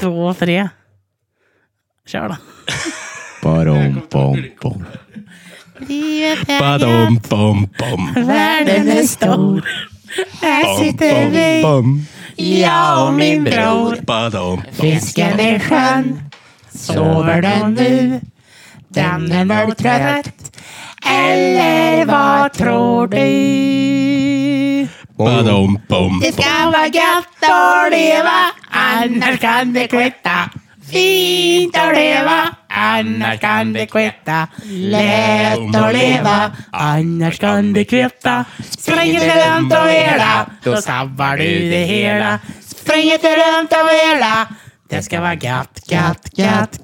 2, 3. Kör då. Badom, bom, bom. Badom, bom, bom. Världen är stor. Här sitter vi. Jag och min bror. Badom. Fisken är skön. Sover den nu? Den är nog trött. Eller vad tror du? Badom, bom, Det ska vara gött att leva, annars kan det kvitta. Fint att leva, annars kan det kvitta. Lätt att leva, annars kan det kvitta. Spring inte runt och vela, då sabbar du det hela. Spring inte runt och vela, det ska vara gött, gött, gött,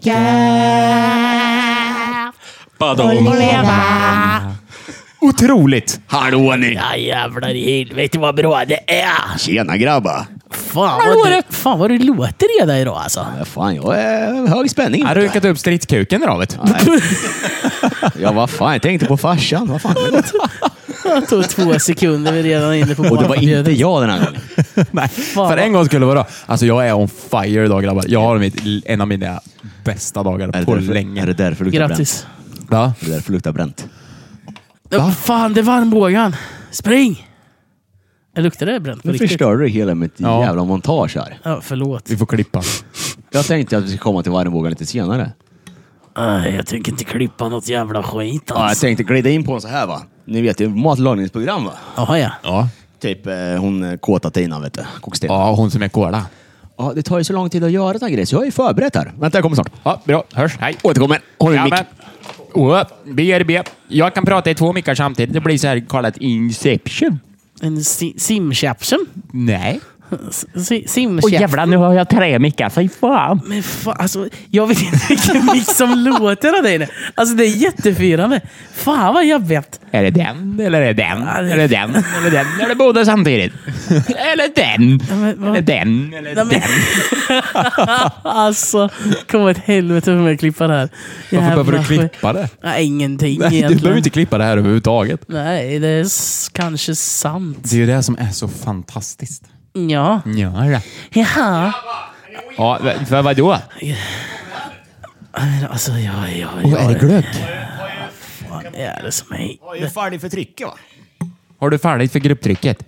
gött. Badom. Och leva. Otroligt! Hallå ni. Ja jävlar i helvete vad bra det är. Tjena grabbar. Fan vad du låter redan idag alltså. Ja, fan, jag är hög spänning. Jag har ryckat upp stridskuken idag, vet du. Ja, vad fan, jag tänkte på farsan. Vad fan är det? Det tog 2 sekunder, vi är redan inne på Och det var inte jag den här gången. Nej, för en gång skulle det vara. Alltså jag är on fire idag grabbar. Jag har en av mina bästa dagar på länge. Är det därför luktar Grattis. Va? bränt? Är det därför luktar bränt? Ja, fan, det var armbågen. Spring! Jag luktar det bränt på Nu riktigt. förstör du hela mitt jävla montage här. Ja, förlåt. Vi får klippa. Jag tänkte att vi ska komma till varmbågen lite senare. Jag tänker inte klippa något jävla skit Ja, jag alltså. tänkte glida in på en så här va. Ni vet, det är matlagningsprogram va? Jaha ja. Ja. Typ hon kåta Tina vet du. Koksten. Ja, hon som är kola. Ja, det tar ju så lång tid att göra den här grejen så jag är förberett här. Vänta, jag kommer snart. Ja, bra. Hörs. Hej. Återkommer. Har du en mick? BRB. Jag kan prata i 2 mickar samtidigt. Det blir så här kallat inception. En simkäpsen? Nej. Simkäpsen? jävlar, nu har jag 3 mickar. Fy fan. Men fan, alltså, jag vet inte vilken mix som låter av dig nu. Alltså det är jättefyrande. Fan vad jag vet. Är det den? Eller är det den? Eller den? Eller den? Eller båda samtidigt? Eller den? Eller den? Eller den? Alltså, kom ett helvete för mig att klippa det här. Varför behöver du klippa det? Nej, ingenting Nej, egentligen. du behöver inte klippa det här överhuvudtaget. Nej, det är kanske sant. Det är ju det som är så fantastiskt. Ja. Ja. Jaha. Ja, för vad då? Alltså, ja. Är det glögg? Vad är det som är... Jag är färdig för trycket va? Har du färdigt för grupptrycket?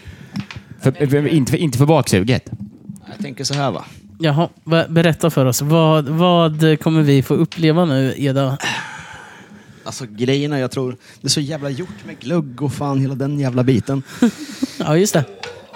Inte för baksuget? Jag tänker så här va. Jaha, berätta för oss. Vad kommer vi få uppleva nu, Eda? Alltså grejerna, jag tror det är så jävla gjort med glögg och fan hela den jävla biten. Ja, just det.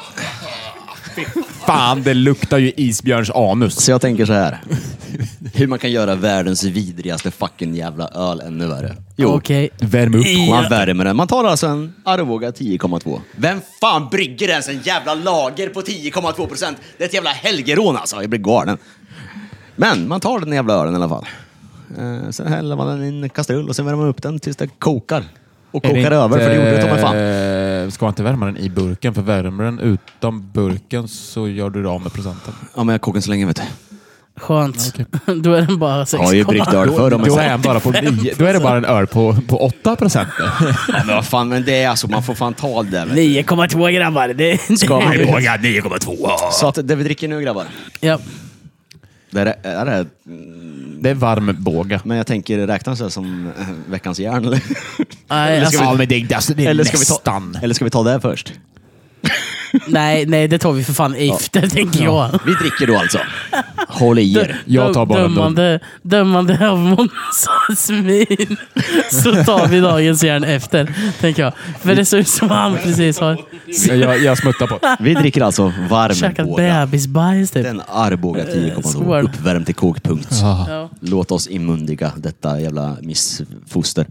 Fan, det luktar ju isbjörns anus. Så jag tänker så här. Hur man kan göra världens vidrigaste fucking jävla öl ännu värre. Jo, Okej. Värm upp. man värmer den. Man tar alltså en Arboga 10,2. Vem fan brygger ens en jävla lager på 10,2%? Det är ett jävla helgerån alltså. Jag blir galen. Men man tar den jävla ölen i alla fall. Sen häller man den i en kastrull och sen värmer man upp den tills det kokar. Och kokar över, för det gjorde det ta mig fan. Ska man inte värma den i burken? För värmer den utan burken så gör du det av med procenten. Ja, men jag kokar så länge vet du. Skönt. Då är den bara 6. Jag har ju bryggt öl för dem. Då är det bara en öl på 8%. Ja, men vad fan, men det är alltså, man får fan ta det. 9,2 grabbar. Det Ska man ju. 9,2. Så att det vi dricker nu grabbar. Ja. Det är Det är varm båga. men jag tänker räknas det som veckans järn eller? Nej, alltså, Ja, men det är Eller ska vi nästan. Eller ska vi ta det först? nej, det tar vi för fan efter, tänker jag. Vi dricker då alltså. Håll i er. Jag tar bara dömande av Månsas min. Så tar vi dagens järn efter, tänker jag. För det ser ut som han precis har Jag smuttar på. Vi dricker alltså varm käkat båga. bebisbajs typ. Den Arboga 10,2 skål. uppvärmd till kokpunkt. Ja. Låt oss immundiga detta jävla missfoster.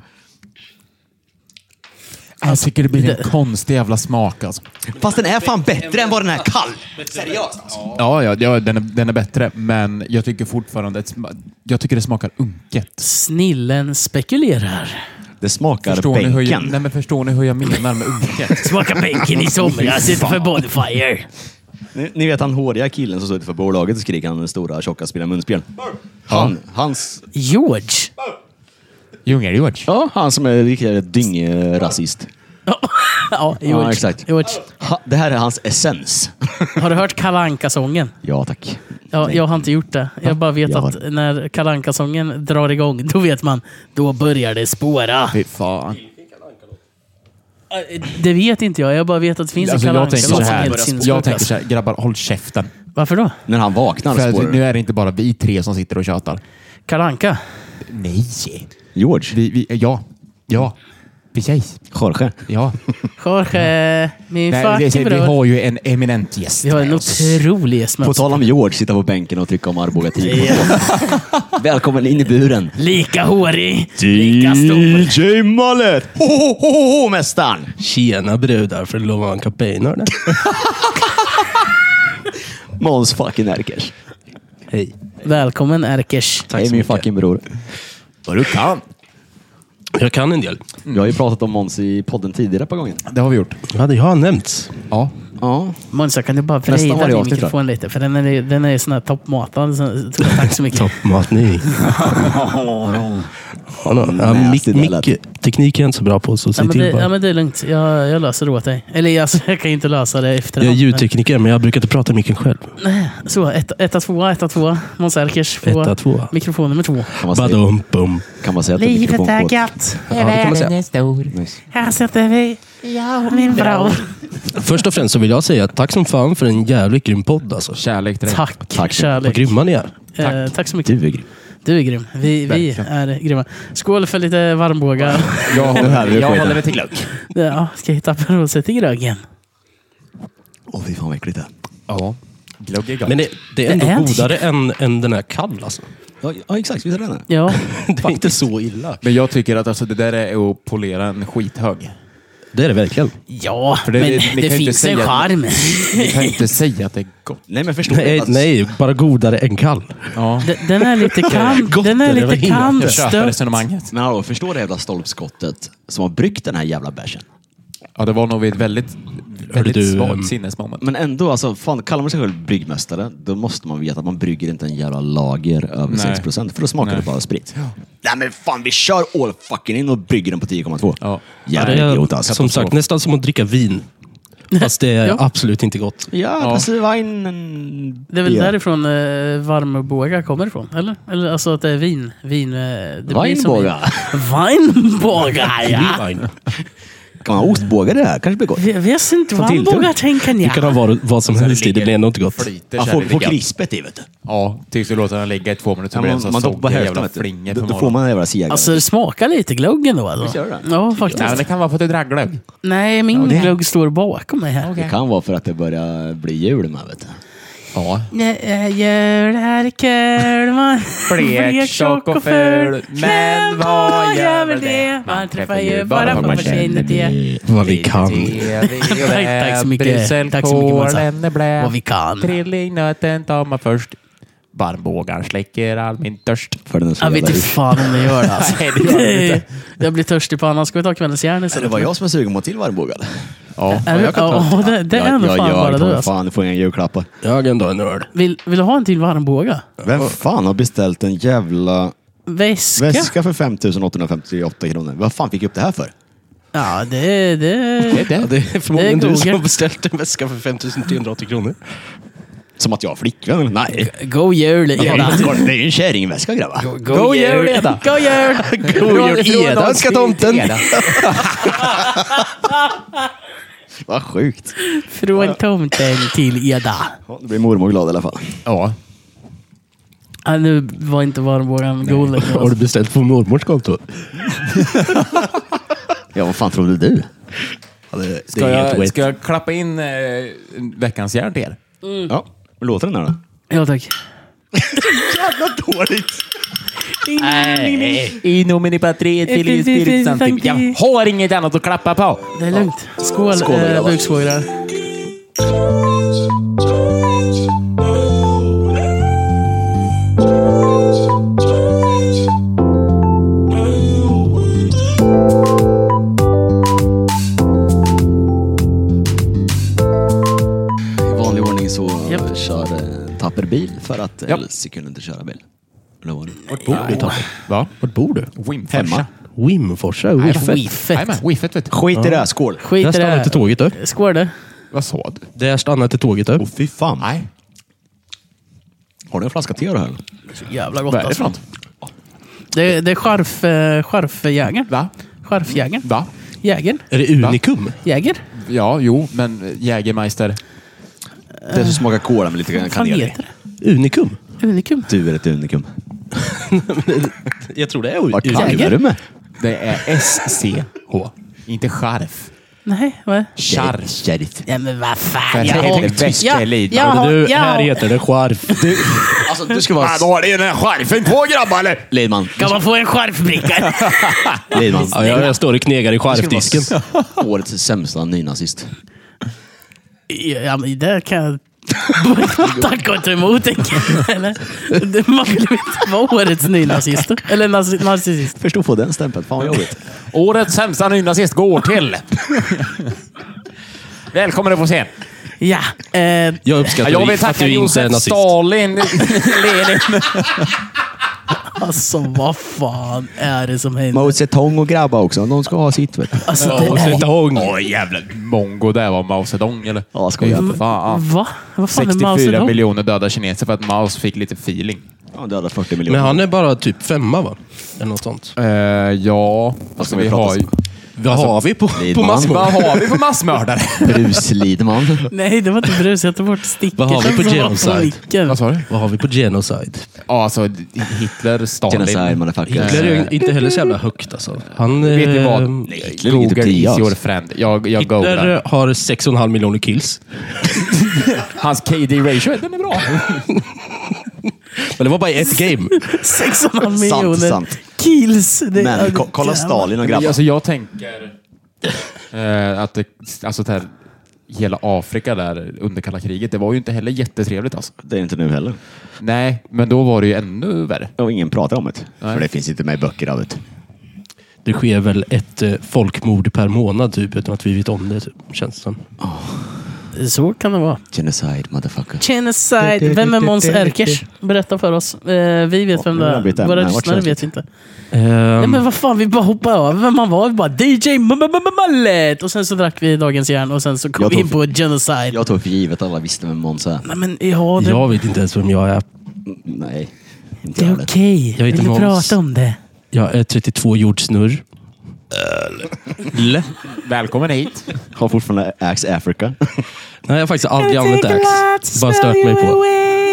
Jag tycker det blir en konstig jävla smak alltså. Fast den är fan bättre än vad den är kall. Seriöst alltså. Ja, den är bättre. Men jag tycker fortfarande jag tycker det smakar unket. Snillen spekulerar. Det smakar Förstår ni hur jag menar med unket? Smaka bänken i somras utanför Bonfire. Ni vet han håriga killen som står utanför bolaget och skriker han den stora tjocka spela munspel. Hans... George. George. Ja, han som är riktigt dyngrasist. Ja, Ja, exakt. George. Det här är hans essens. Har du hört Kalle Anka-sången? Ja, tack. Ja, jag har inte gjort det. Jag bara vet Jag att när Kalle Anka-sången drar igång, då vet man, då börjar det spåra. Fy fan. Det vet inte jag. Jag bara vet att det finns Alltså, en Kalle jag tänker Anka-sång så som är här. helt sinnessjuk. Jag tänker så här, grabbar, håll käften. Varför då? När han vaknar För spårar att nu är det inte bara vi tre som sitter och tjatar. Kalle Anka? Nej. George. Ja. Precis. Jorge. Ja. Jorge, min Nej, fucking vi bror. har ju en eminent gäst. Vi har en med oss. otrolig gäst med På oss. tal om George, sitta på bänken och trycka om Arboga 10. Välkommen in i buren. Lika hårig, lika stor. DJ Mallet! Ho, mästaren! Tjena brudar, för lov en kapejnör där. Måns fucking Erkers. Hej. Välkommen Erkers. Hej min fucking bror. Vad du kan. Jag kan en del. Jag har ju pratat om Måns i podden tidigare på gången. Det har vi gjort. Ja, det har nämnts. Ja. Ja. Måns, kan du bara Nästan vrida varje din avsnitt, mikrofon lite? För den är sån här toppmatad. Tack så mycket. Toppmatning. Teknik är jag inte så bra på, så säg till bara. Men det är lugnt. Jag löser det åt dig. Eller alltså, jag kan inte lösa det efter. Jag är ljudtekniker, men jag brukar inte prata i micken själv. Så, 1-2. Måns Erkers på 1-2. mikrofon nummer 2. Badum-bum. Kan man säga att det är Livet är mikrofonkod? gött. Ja, det kan man säga. är stor. Nice. Här sitter vi. Jag och min bror. Först och främst så vill jag säga tack som fan för en jävligt grym podd. Alltså. Kärlek till dig. Tack, Tack. kärlek. Vad grymma ni är. Tack så mycket. Du är grym. Du är grym. Vi är grymma. Skål för lite varmbågar. Jag håller mig till glögg. Ja, ska jag hitta på sig till grögen? Fy fan vad äckligt det är. Ja. Glögg är gott. Men det är ändå Det är inte- godare än den här kall alltså. Ja, exakt. Visst är det den? Ja. Det är inte så illa. Men jag tycker att alltså, det där är att polera en skithög. Det är det verkligen. Ja, För det- men ni kan det ju inte finns en säga- charm. Vi kan inte säga att det är gott. Nej, men förstår Nej, du? nej, bara godare än kall. Ja. Den är lite kant. Gott, Den är det var lite innan. Jag köper kantstött. resonemanget. Men hallå, förstår det jävla stolpskottet som har bryggt den här jävla bärsen? Ja, det var nog ett väldigt du, svagt sinnesmoment. Men ändå, alltså, fan, kallar man sig själv bryggmästare, då måste man veta att man brygger inte en jävla lager över Nej. 6%, för då smakar Nej. det bara sprit. Nej men fan, vi kör all fucking in och brygger den på 10,2. Ja. Jävla det är, idiot alltså. som sagt, nästan som att dricka vin. Fast det är Ja. absolut inte gott. Ja, Ja. alltså vinen... Det är väl Ja. därifrån varmbåga kommer ifrån, eller? Eller alltså att det är vin. Det blir som Vinbåga. Vinbåga, ja. Vin. Kan man ha ostbågar det här? Kanske blir gott. Jag vet inte Få vad till bågar tänker Det kan jag. ha varit vad som helst i, det blir ändå inte gott. Flyter Man så här får lite grann. krispet i, vet du. Ja, tills du låter den ligga i 2 minuter. Ja, blir den så man doppar soggy hälften, jävla vet du. flingor Då för får man en jävla segare. Alltså det smakar lite glögg ändå. Alltså. Visst gör det? Ja, faktiskt. Nej, men det kan vara för att du drack glögg. Nej, min glögg står bakom mig här. Det kan vara för att det börjar bli jul med, vet du. Ja. Jul är kul, man Blek, tjock och ful. Men vad gör väl det? Man träffar ju bara vad man känner det. Vad vi kan. Tack så mycket. Tack så mycket, Monsa. Brysselkålen är blä. Vad vi kan. Trillingnöten tar man först. Varmbågar släcker all min törst. För den är så Jag vet jävla inte fan om det gör det. Alltså. Nej, det gör det inte. Jag blir törstig på annan. Ska vi ta kvällens järn Nej, istället? det var jag som är sugen på till varmbågar. Ja, Är det, jag kan ta. ja, det är nog fan bara du. Alltså. Fan, du får inga julklappar. Jag är ändå en nörd. Vill du ha en till varmbåga? Vem fan har beställt en jävla Väska? väska för 5 858 kronor? Vad fan fick jag upp det här för? Ja, det Ja, det är förmodligen Det är du som Google. har beställt en väska för 5 380 kronor. Som att jag har flickvän? eller? Nej. Go jul, Det Eda. är ju en kärringväska, grabbar. Go jul, Eda. Go jul. God jul, Eda, önskar tomten. Vad sjukt. Från tomten till Eda. Ja, då blir mormor glad i alla fall. Ja. Ja, nu var inte varmbågan god längre. Har du beställt på mormors konto? Ja, vad fan trodde du? Ja, det Ska är helt ska jag klappa in veckans järn till er? Ja, hur låter den här då? Ja, tack. Jävla dåligt. I nomini patri filii spiritus sancti. Jag har inget annat att klappa på. Det är lugnt. Skål, Skål, grabbar. buksvågrar. I vanlig ordning så Japp. kör Tapper bil för att Japp. Elsie kunde inte köra bil. Eller var det? Vart bor du, Tapper? Va? Vart bor du? Wimforsa. Hemma. Wimforsa, Wiffet. Wiffet vet du. Skit i det här, skål. Skit Där i det stannar här. inte tåget upp. Skål det. Vad sa du? Där stannar inte tåget upp. Åh fy fan. Nej. Har du en flaska te här? Så jävla gott Vad är det för alltså. något? Det är scharfjägern. Va? Scharfjägern. Va? Jäger. Är det unikum? Jäger. Ja, jo, men Jägermeister. Det som smakar kola med lite Vad fan kanel i. heter det? Unikum? Unikum. Du är ett unikum. Jag tror det är Vad unikum. kallar du med? Det är SCH. Inte scharf. Nej, vad? Scharf. Sheriff. Ja, men vad För fan. att Jag det är har... det bästa Ja, liv. jag har... Du, jag här har- heter det scharf. Alltså du ska vara... har ni den här scharfen på grabbar eller? Lidman. Kan man få en scharfbricka? Lidman. Ja, jag står och knegar i scharfdisken. Årets sämsta nynazist. Ja, men det kan jag... Tacka och ta emot, tänker jag. Eller? Man vill ju inte vara årets nynazist. Eller narcissist. Förstå få den stämpeln. Fan vad jobbigt. Årets sämsta nynazist går till... Välkommen upp på scen. Ja. Jag uppskattar Jag vill att tacka du inte är Josef nazist. Stalin. Lenin. Alltså, vad fan är det som händer? Mao Zedong och grabbar också. De ska ha sitt vet du. Alltså, Ja, det är... Zedong. Åh jävla mongo där var Mao Zedong eller? Ja, skojar inte. Fan. Va? Vad fan är Mao 64 Zedong? miljoner döda kineser för att Mao fick lite feeling. Ja, döda 40 miljoner. Men han är bara typ 5 va? Eller något sånt. Ja, alltså vi vi prata har ju... Vad har vi på Lidman. massmord? Vad har vi för massmördare? Bruce Lidman. Nej, det var inte brus. Jag tog bort stickern. Vad har vi på som var genocide? micken. Vad sa du? Vad har vi på genocide? Ja, alltså Hitler, Stalin. Genocide, motherfucker. Hitler är ju inte heller så jävla högt alltså. Han... Vet ni vad? Hitler ligger typ Google 10 is your alltså. friend. Jag Hitler googlar. har 6,5 miljoner kills. Hans KD-ratio, den är bra. Men det var bara ett game. 6,5 miljoner sant. kills. Det, Men kolla Stalin och grabbar. Alltså jag tänker att det, alltså det här, hela Afrika där under kalla kriget, det var ju inte heller jättetrevligt alltså. Det är inte nu heller. Nej, men då var det ju ännu värre. Och ingen pratar om det. Nej. För det finns inte med i böcker av det. Det sker väl ett folkmord per månad typ utan att vi vet om det typ, känns det som. Så kan det vara. Genocide, motherfucker. Genocide. Vem är Måns Erkers? Berätta för oss. Vi vet vem det jag vet är. det. Våra Nej, vart lyssnare känns vet det? inte. Nej, men vad fan, vi bara hoppade över vem man var. Vi bara DJ Mallet. Och sen så drack vi dagens järn och sen så kom Jag vi tog- in på Genocide. Jag tog för givet att alla visste vem Måns är. Nej, men ja, det, Jag vet inte ens vem jag är. Nej. Inte det är jag vet. okej. Jag Vill heter du Måns. prata om det? Jag är 32 jordsnurr. Välkommen hit. Har fortfarande Axe Africa. Nej, jag har faktiskt aldrig använt Axe. Bara stört mig på.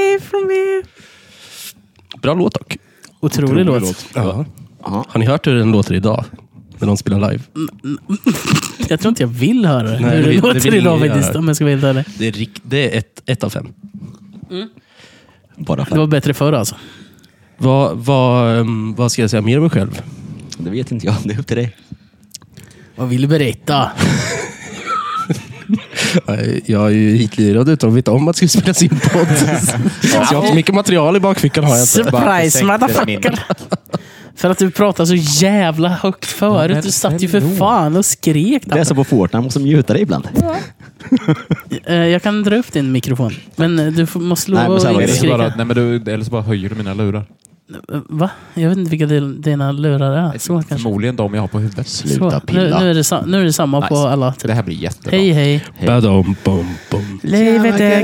Bra låt dock. Otrolig låt. Ja. Aha. Har ni hört hur den låter idag? När de spelar live? Jag tror inte jag vill höra det. Nej, Hur det det vill låter idag ingen faktiskt, göra. om jag ska vara helt ärlig. Det är ett av 5. Bara Det för. var bättre förr alltså. Vad ska jag säga mer om mig själv? Det vet inte jag. Det är upp till dig. Vad vill du berätta? Jag är ju hitlirad utan att veta om att det ska spelas in podd. Så jag har så mycket material i bakfickan har jag inte. Surprise Bara motherfucker! För att du pratade så jävla högt förut. men Du satt ju för förlåt. fan och skrek. Det är så på Fortnite. Måste muta dig ibland. Jag kan dra upp din mikrofon. Men du måste Nej, lova men så här att var inte det. skrika. Nej, men eller så bara höjer du mina lurar. Va? Jag vet inte vilka dina lurar är. Så kanske. Förmodligen de jag har på huvudet. Sluta Så. pilla. Nu är det samma på Nice. alla. Det här blir jättebra. Hej hej. Badum, bum, bum. Livet är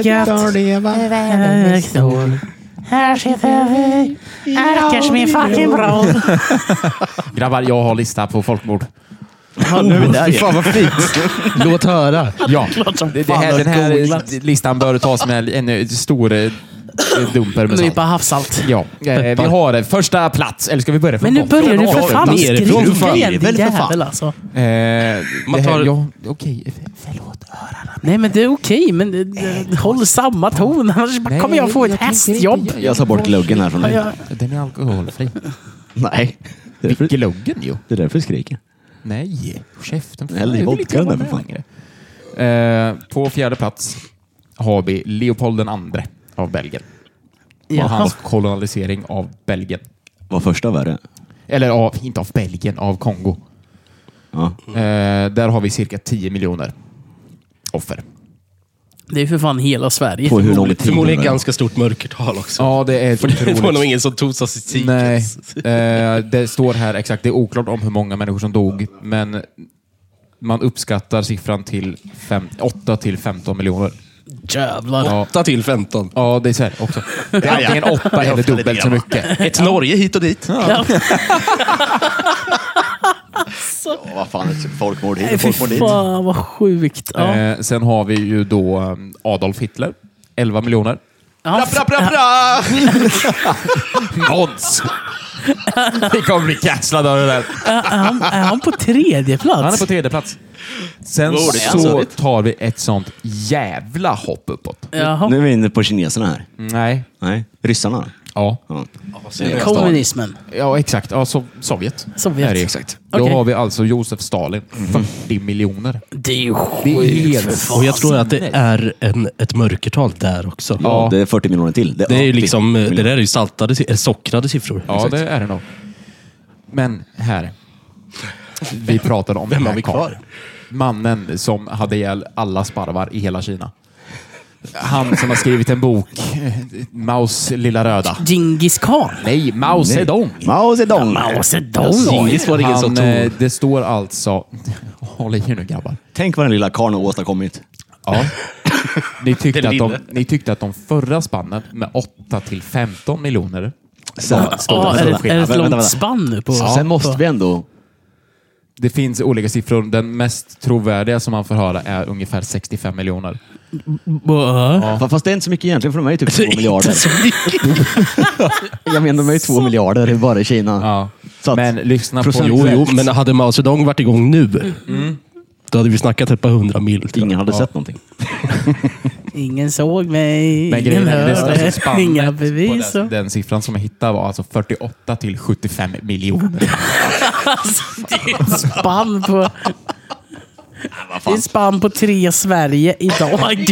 gött. Här sitter vi. Erkers min fucking bror. Grabbar, jag har lista på folkmord. Ja, nu är vi där igen. Fan vad fint. Låt höra. Ja, Klart som det fan här, har den här googlat. listan bör tas med en stor dumper med Nypa salt. havssalt. Ja, vi har första plats. Eller ska vi börja från Men nu botten? börjar du för fan att nerifrån, för fan. skriva igen, din Väl för fan. jävel alltså. Man tar- okej, förlåt. Nej men det är okej, men håll samma ton. Annars Nej, kommer jag få ett jag tänker hästjobb. inte- Jag tar bort gluggen här från dig. Den är alkoholfri. Nej. Det är därför, Gluggen ju. det är därför du skriker. Nej, käften. Häll i Jag vill vodka inte där, vara för med fan. längre. På fjärde plats har vi Leopold II av Belgien. Och Jaha. hans kolonialisering av Belgien. Var första värre? Eller inte av Belgien, av Kongo. Ja. Där har vi cirka 10 miljoner offer. Det är för fan hela Sverige. På hur lång tid? Förmodligen ganska stort mörkertal också. Ja, det är För det var nog ingen som tog sig tid. Nej, det står här exakt. Det är oklart om hur många människor som dog, men man uppskattar siffran till 8 till 15 miljoner. Jävlar. Ja. 8 till 15. Ja, det är så här också. Det är antingen 8 eller dubbelt så mycket. Ett Norge hit och dit. Ja. Vad fan, folkmord hit Nej, och fy folkmord dit. fan vad sjukt. Ja. Sen har vi ju då Adolf Hitler. 11 miljoner. Ja, Måns! Vi kommer bli castlade av det där. är han på tredje plats? Han är på tredje plats. Sen Wow, det är så så. tar vi ett sånt jävla hopp uppåt. Jaha. Nu är vi inne på kineserna här. Nej. Nej, ryssarna. Ja. Ja. Kommunismen. Ja, exakt. Ja, Sovjet. Sovjet. Är det exakt. Okej. Då har vi alltså Josef Stalin. 40 miljoner. Det är ju Det är sjukt. helt... Och jag tror att det är ett mörkertal där också. Ja, det är 40 miljoner till. Det är ju liksom, det där är ju sockrade siffror. Ja, det är det nog. Men här. Vi pratade om Vem den har här vi kvar? karln. Mannen som hade ihjäl alla sparvar i hela Kina. Han som har skrivit en bok, Maos lilla röda. Djingis khan. Nej, Mao Zedong. Mao Zedong. Mao Zedong. Djingis var det ingen som tog. Det står alltså... Håll i er nu grabbar. Tänk vad den lilla karln har åstadkommit. Ja. Ni tyckte, Den ni tyckte att de förra spannen med 8 till 15 miljoner Sen, Ja, är det ett Vänta, långt vänta. spann nu på... Sen måste vi ändå... Det finns olika siffror. Den mest trovärdiga som man får höra är ungefär 65 miljoner. Fast det är inte så mycket egentligen, för de är ju typ 2 miljarder. Så mycket. Jag menar, de är ju 2 miljarder bara i Kina. Ja. Så att, Men lyssna på... Jo, men hade Mao Zedong varit igång nu, då hade vi snackat ett par 100 mil. ingen hade sett någonting. Ingen såg mig, Men ingen grejen är, det hörde, alltså spannet inga på bevis. den siffran som jag hittade var alltså 48 till 75 miljoner. Det är ett spann på... Det är ett spann på 3 Sverige idag.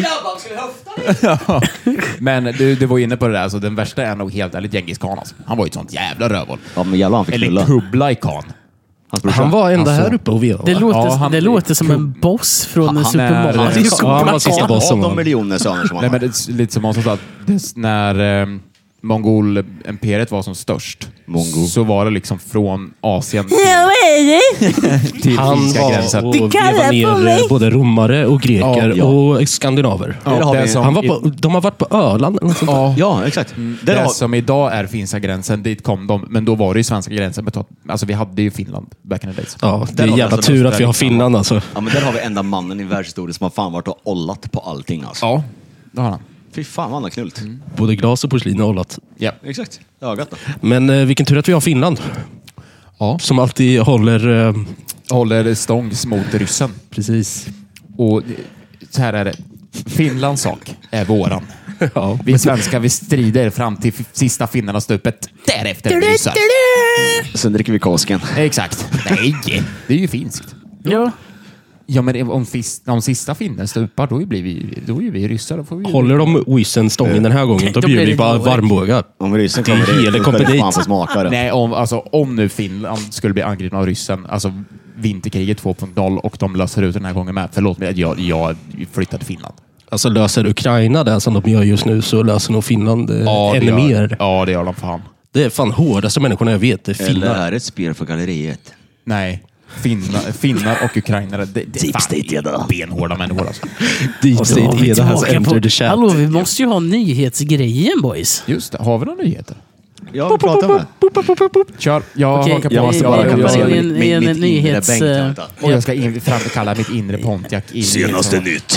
Men du var inne på det där, alltså den värsta är nog helt ärligt Djengis khan. Alltså. Han var ju ett sånt jävla rövhål. Ja, men jävlar han fick Eller knulla. Kublai khan. Hans brorsa. Han var ända Alltså, här uppe och vevade. Det låter, Ja, han- det låter som en boss från en Super är- Mario. Ja, han var sista bossen. Av de miljoner söner som han Nej, men har. det är lite som Måns sa, att när Mongol-imperiet var som störst så var det liksom från Asien till Han finska var gränsen. och vevade ner både romare och greker Ja. och skandinaver. Där har vi- Han var de har varit på Öland eller något sånt där. Ja, Ja, exakt. Där det har, som idag är finska gränsen, dit kom de. Men då var det ju svenska gränsen. Alltså vi hade ju Finland back in the days. Ja, det Där är har vi jävla alltså tur att där vi har liksom. Finland alltså. ja, men där har vi enda mannen i världshistorien som har fan varit och ollat på allting. Alltså. Ja, det har han. Fy fan vad han har knullt. Både glas och porslin har hållit. Ja. Exakt. Ögat då. Men vilken tur att vi har Finland. Ja. Som alltid håller... Håller stångs mot ryssen. precis. Och så här är det. Finlands sak är våran. Ja. Vi svenskar, vi strider fram till sista finnarna stupet. Därefter ryssar. Sen dricker vi Kosken. Exakt. Nej, det är ju finskt. Ja. Ja, men om sista finnen stupar, då är vi ryssar. Då får vi Håller de Wissen stången den här gången, då Då bjuder blir vi det bara dåligt. varmbågar. Om ryssen Det är kommer hela dit, då kommer ska det dit. fan få smaka det. Nej, om nu Finland skulle bli angripna av ryssen, alltså vinterkriget 2.0 och de löser ut den här gången med. Förlåt mig att jag flyttar till Finland. Alltså löser Ukraina det som de gör just nu, så löser nog Finland ännu mer. Ja, det gör de fan. Det är fan hårdaste människorna jag vet. Det är Eller finnar. är det ett spel för galleriet? Nej. Finnar och ukrainare, det är Deep fan State, ja då. benhårda människor alltså. Deep Och så State har vi Eda has tillbaka entered the på... chat. Hallå, vi måste ju ha nyhetsgrejen boys. Just det, har vi några nyheter? Ja, vi pratar om det. Kör, jag Okej, hakar på. Jag måste Jag bara hoppar kanalisera in i en mitt inre nyhets- bänk. Vänta. Och jag ska framkalla mitt inre Pontiac. Senaste nytt.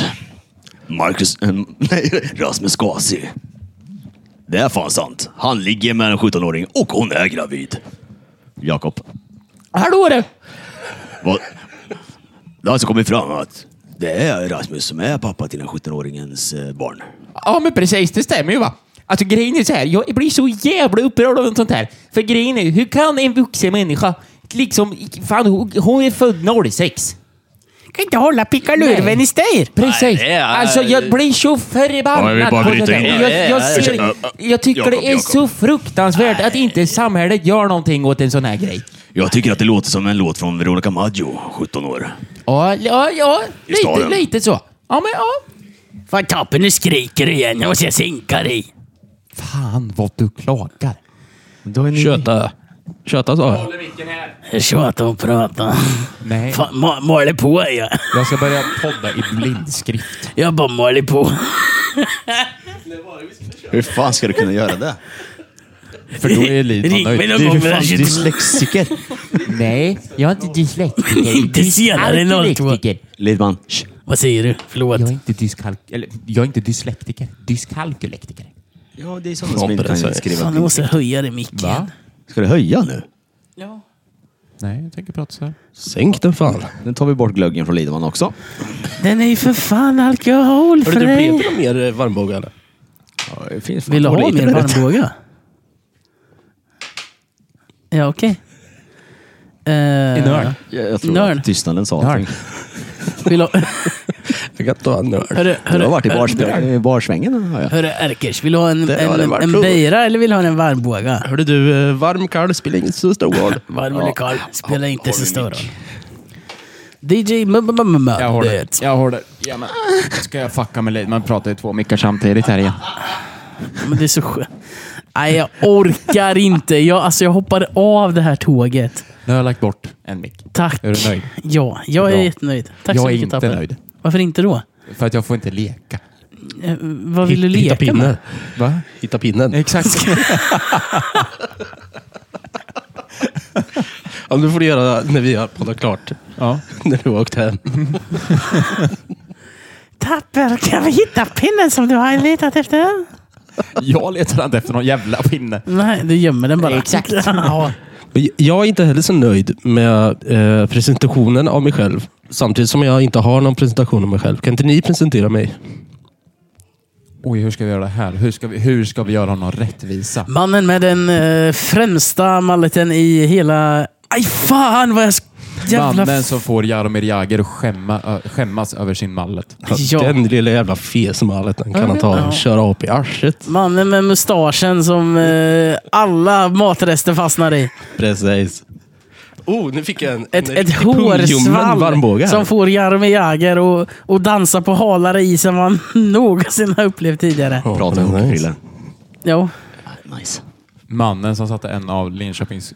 Rasmus Gasi. Det är fan sant. Han ligger med en 17-åring och hon är gravid. Jakob. Hallå du! Vad? Det har alltså kommit fram att det är Rasmus som är pappa till den 17-åringens barn. Ja, men precis, det stämmer ju va. Alltså grejen är så här, jag blir så jävla upprörd av något sånt här. För grejen är, hur kan en vuxen människa, liksom, fan hon är född 06. Kan inte hålla pickalurven i styr. Precis. Nej, det är- Alltså jag blir så förbannad Ja, jag vill bara på bryta det där. in. Jag tycker det är så fruktansvärt att inte samhället gör någonting åt en sån här grej. Jag tycker att det låter som en låt från Veronica Maggio, 17 år. Ja, staden. lite så. Ja, men ja. Fan, tappen, nu skriker igen. Jag måste sänka dig. Fan vad du klagar. Köta sa jag. Jag tjatar och pratar. Nej, Fan, maler på jag. jag ska börja podda i blindskrift. Jag bara maler på. Hur fan ska du kunna göra det? För då är Lidman Ring mig nöjd. någon Du är gång för fan mellan 22. dyslexiker. Nej, jag är inte dyslektiker. Inte senare än 02. Dyskalkylektiker. Lidman. Vad säger du? Förlåt. Jag är inte dyslektiker. Dyskalkylektiker. Ja, det är sådana som inte kan skriva. Fan, nu måste jag höja det micken. Va? Ska du höja nu? Ja. Nej, jag tänker prata så här. Sänk den fan. Nu tar vi bort glöggen från Lidman också. Den är ju för fan alkohol Har för du blev dig. det mer varmbågar eller? Ja, det finns Vill du ha lite mer rätt. varmbåga? Ja, okej. Nörd. Jag tror Nörd. att tystnaden sa Nörd. allting. Vill du ha... Jag kan ta en nörd. Du har varit i barsvängen, hör jag. Hörru, Erkers, vill du ha Det har det varit en prov. bira eller vill du ha en varmbåga? Hörde du, varm kall spelar inte så stor roll. Varm eller kall spelar inte så stor roll. DJ Jag har det. det. Jag har det. Jamen. Ska jag fucka med Lidman? Man pratar i 2 mickar samtidigt här igen. Men det är så skönt. Nej, jag orkar inte. Jag hoppade av det här tåget. Nu har jag lagt bort en mick. Tack. Är du nöjd? Ja, jag är Bra. jättenöjd. Tack Jag så är mycket, inte Tapper. nöjd. Varför inte då? För att jag får inte leka. Vad vill du Hitta leka pinnen. med? Va? Hitta pinnen. Exakt. Ja, du får göra när vi har poddat klart. Ja. När du har åkt hem. Tapper, kan vi hitta pinnen som du har letat efter? Jag letar inte efter någon jävla pinne. Nej, du gömmer den bara. Exakt. Ja. Jag är inte heller så nöjd med presentationen av mig själv. Samtidigt som jag inte har någon presentation av mig själv. Kan inte ni presentera mig? Oj, hur ska vi göra det här? Hur ska vi göra någon rättvisa? Mannen med den främsta malleten i hela... Aj fan vad jag... Jävla... Mannen som får Jaromir Jagr skämmas över sin mallet. Ja. Den lilla jävla fesmallet kan han ta och köra upp i arset. Mannen med mustaschen som alla matrester fastnar i. Precis. Nu fick jag Ett riktig pungjummen varmbåge hårsvall här. som får Jaromir Jagr och dansa på halare is än man någonsin har upplevt tidigare. Prata ihop, nice. Krille. Jo. Nice. Mannen som satte en av Linköpings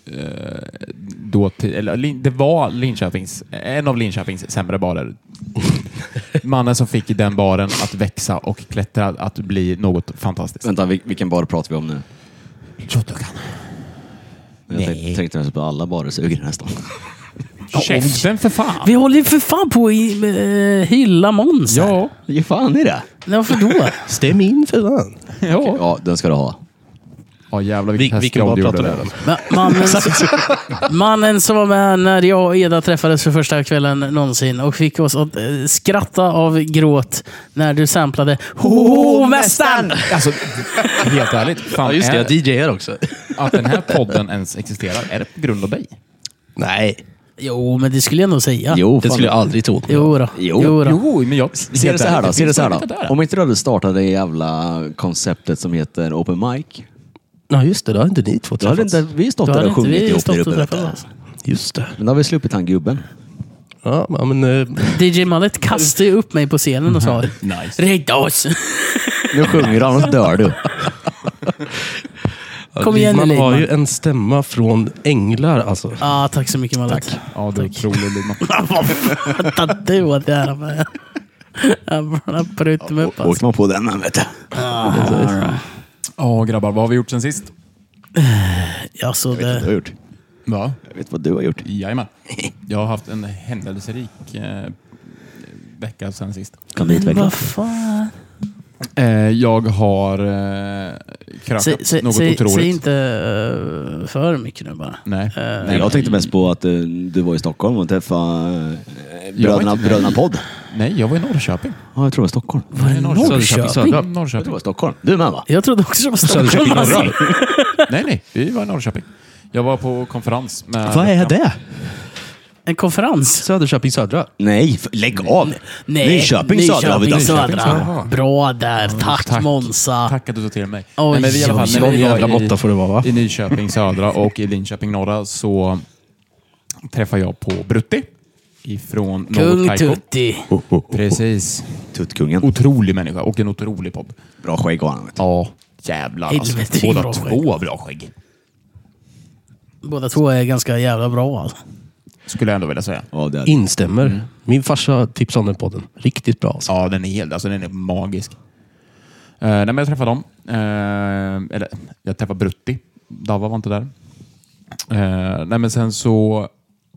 det var en av Linköpings sämre barer. Mannen som fick den baren att växa och klättra att bli något fantastiskt. Vänta, vilken bar pratar vi om nu? Shotokan. Jag tänkte nästan på alla barer suger nästan. Käften för fan! Vi håller ju för fan på i hylla Måns. här. Ja. Ge fan i det. Varför då? Stäm in för fan. Ja. Ja, den ska du ha. Ja, jävlar Vilken hästjobb bar du pratar gjorde vi där. om? Mannen som var med när jag och Eda träffades för första kvällen någonsin och fick oss att skratta av gråt när du samplade Hovmästaren! Alltså, helt ärligt. Fan, Ja, just det. Jag DJar också. att den här podden ens existerar, är det på grund av dig? Nej, Jo, men det skulle jag nog säga. Jo, det fan. skulle jag aldrig tro. Jo då. Jo. Jo då. Jo, men jag... Se det så här då. Se det så här då. Där. Om inte du hade startat det jävla konceptet som heter Open Mic. Ja, just det. Då har inte ni två Då hade träffats. inte vi stått Då där hade och inte sjungit vi ihop där stått och uppe. vet träffats. du. Just det. Men då har vi sluppit han gubben. Ja, men... DJ Mallet kastade ju upp mig på scenen och sa Nice. rädda oss! Nu sjunger han och dör du. Kom igen, Man har Lidman. ju en stämma från änglar alltså. Ja, tack så mycket Mallet. Ja, du är otrolig Lidman. Vad fan du åt det här med? Jag bröt mig upp Åkte alltså. man på den vet du. Ja, grabbar, vad har vi gjort sen sist? Alltså, Jag vet vad du har det... gjort. Va? Jag vet vad du har gjort. Jajamän. Jag har haft en händelserik vecka sen sist. Kan du utveckla? Vad fan? Jag har krökat något otroligt. Säg inte för mycket nu bara. Nej. Nej, jag tänkte mest på att du var i Stockholm och träffade bröderna podd. Nej, jag var i Norrköping. Ja, jag tror det var Stockholm. Var det Norrköping? Jag tror det Norrköping. var Stockholm. Du med va? Jag trodde också det var Stockholm. Alltså. Nej, vi var i Norrköping. Jag var på konferens med... Vad är det? En konferens? Söderköping södra. Nej, lägg av! Nej, Nyköping södra har vi Nyköping då. södra. Bra där. Tack Monza. Tack att du tog till mig. Oj, Nej, men i alla fall, oj, när Någon vi var jävla måtta får det vara va? i Nyköping södra och i Linköping norra så träffade jag på Brutti. ifrån Kung Novotkaiko. Tutti. Precis. Tuttkungen. Otrolig människa och en otrolig podd. Bra skägg har han. Ja, jävlar alltså. Helvete, Båda bra två har bra skägg. Båda två är ganska jävla bra alltså. Skulle jag ändå vilja säga. Ja, det är Instämmer. Min farsa tipsade om den podden. Riktigt bra alltså. Ja, den är helt, alltså den är magisk. Nej, men jag träffade dem. Eller, jag träffade Brutti. Dava var inte där. Nej, men sen så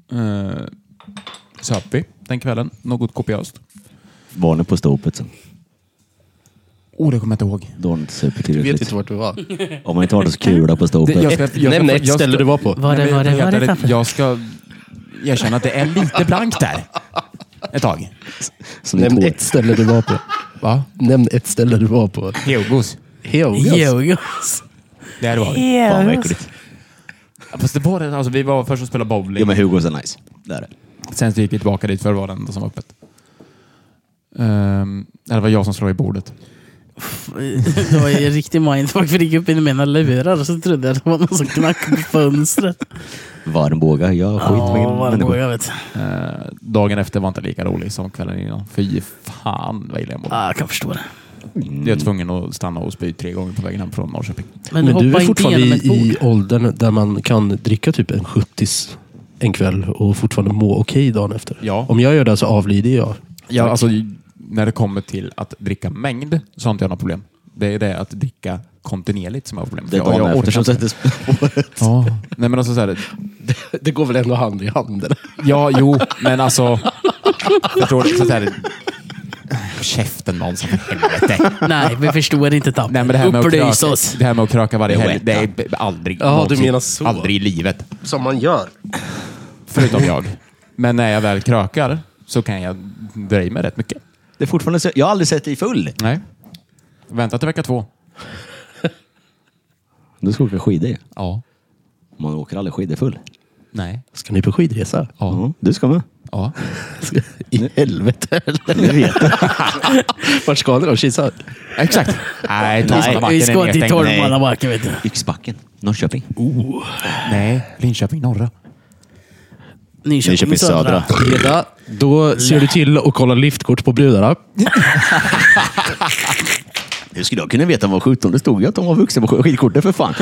söp vi den kvällen. Något kopiöst. Var ni på ståpet sen? Det kommer jag inte ihåg. Då har ni inte supit Jag tillräckligt. vet inte vart du var. Om man inte varit så kul på ståpet. Nämn ett ställe du var på. Var det framför? Jag ska erkänna att det är lite blankt där. Ett tag. Som ni Nämn tog. ett ställe du var på. Va? Nämn ett ställe du var på. Heogos. Jogos. Där var det. Fan vad äckligt. Fast det var det. Alltså, vi var först och spelade bowling. Ja, men Hugos är nice. Det är det. Sen så gick vi tillbaka dit för att vara den enda som var öppet. Det var jag som slog i bordet. Det var ju riktigt mindfuck för det gick upp in i mina lurar och så trodde jag att det var någon som knackade på fönstret. Varmbåga. Jag skit med Ja, människor. jag vet. Dagen efter var inte lika rolig som kvällen innan. Fy fan vad illa jag mådde. Ja, jag kan förstå det. Jag är tvungen att stanna och spy 3 gånger på vägen hem från Norrköping. Men Men du hoppar är inte fortfarande igenom ett i bord. åldern där man kan dricka typ en 70s en kväll och fortfarande må okej dagen efter. Ja. Om jag gör det så avlider jag. Ja, alltså, när det kommer till att dricka mängd så har inte jag några problem. Det är det att dricka kontinuerligt som är problemet. Det är dagen efter som sätter spåret. Ja. Nej, men alltså så här, Det går väl ändå hand i hand? Eller? ja, jo, men alltså förstår du, så här, käften någonstans för helvete. Nej, vi förstår inte tapp. Nej, men det här med att Upplys kröka, oss. det här med att kröka varje Det är helg, wet, det är aldrig Ja, du någonsin, menar så. aldrig i livet. Som man gör. Förutom jag. Men när jag väl krökar så kan jag dra i mig rätt mycket. Det är fortfarande så. Jag har aldrig sett dig full. Nej. Vänta till vecka 2. Du ska åka skidor. Ja. Man åker aldrig skidor full. Nej. Ska ni på skidresa? Ja. Ja, du ska med. Ja. I helvete eller? Jag vet det. Vart ska ni då? Kisa? Exakt. Nej, Torslanda Vi backen ska är till nedstängd. Torvmannabacken, vet du. Yxbacken. Norrköping. Nej, Linköping norra. Nyköping södra. Eda, då ser du till att kolla liftkort på brudarna. Hur skulle jag kunna veta vad 17 det stod ju att de var vuxna på skidkortet för fan.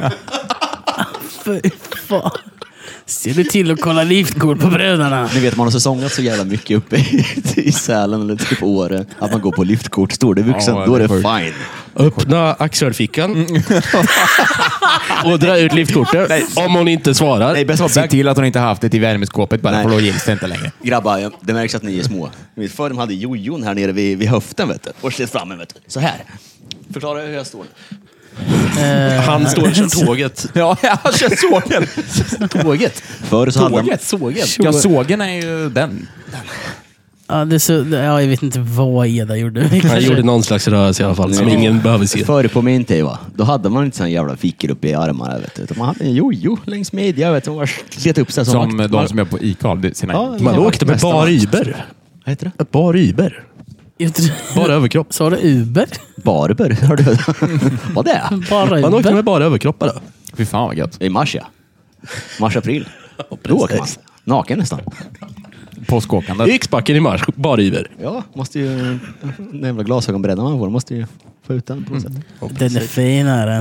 Fy fan. Ser du till att kolla liftkort på bröderna? Ni vet, man har säsongat så jävla mycket uppe i Sälen eller typ Åre att man går på liftkort. Står det vuxen, Ja, då är det det är sjukt. fine. Öppna axelfickan och dra ut liftkortet. Om hon inte svarar. Nej, bäst var Se till att hon inte har haft det i värmeskåpet bara, Nej. för då gills det inte längre. Grabbar, det märks att ni är små. Ni vet, förr de hade jojon här nere vid höften, vet du. Och slet fram en, vet du. Så här. Förklara hur jag står. Han står som tåget. Ja, jag kör sågen. Tåget? Förr så hade de... Såget. Ja, sågen är ju den. Ja, det är så, ja, jag vet inte vad Eda gjorde. Han gjorde någon slags rörelse i alla fall, som Nej. ingen behöver se. Förr på min tid, va? Då hade man inte sån jävla fickor uppe i armarna, vet du. Utan man hade en jojo längs midjan, vet du. Man slet upp sig Som de som är på ICA. Sina Ja, Man ja, åkte med nästan. bar Uber. Vad heter det? Bar Uber. Bara överkropp. Sa du Uber? Barber, hör du? Vad det är? Bara Man åkte Uber? med bara överkropp bara. Fy fan vad gött. I mars, ja. Mars-april. Då åker man. Naken nästan. Påskåkandet. Yxbacken i mars, bar Uber. Ja, måste ju... Den jävla glasögonbrädan man får, måste ju få ut den på något sätt. Den är fin, är den.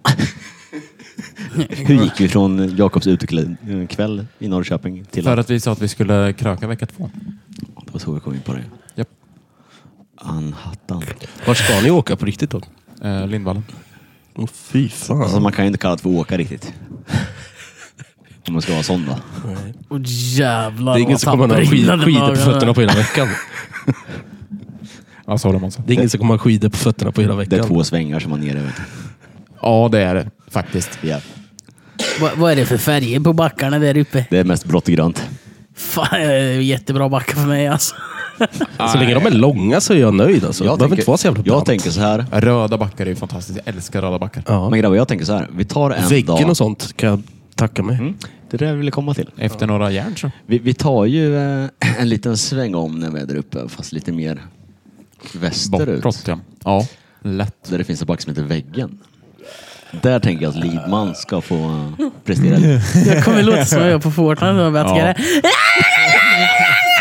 Hur gick vi från Jakobs utekväll i Norrköping till... För att vi sa att vi skulle kröka vecka 2. Det var så vi kom in på det. Japp. Anhattan. Vart ska ni åka på riktigt då? Lindvallen. Åh fy fan. Alltså man kan ju inte kalla det för åka riktigt. Om man ska vara sån då. Åh jävlar. Det är ingen som kommer ha skidor på fötterna på hela veckan. Vad sa du, Måns? Det är ingen som kommer ha skidor på fötterna på hela Det är veckan. 2 svängar som man nere, vet du. Ja, det är det faktiskt. Ja. Vad är det för färger på backarna där uppe? Det är mest blått och grönt. Fan, det är jättebra backar för mig alltså. Så länge de är långa så är jag nöjd. Alltså. Det behöver inte vara så jävla jag brant. tänker så här. Röda backar är ju fantastiskt. Jag älskar röda backar. Ja. Men grabbar, jag tänker så här. Vi tar en Väggen dag. och sånt kan jag tacka mig. Det där jag ville komma till. Efter några järn så. Vi tar ju en liten sväng om när vi är där uppe. Fast lite mer västerut. Bortåt, ja. Ja, lätt. Där det finns en back som heter Väggen. Där tänker jag att Lidman ska få prestera lite. Jag kommer låta som jag gör på Fortnite och jag Ja.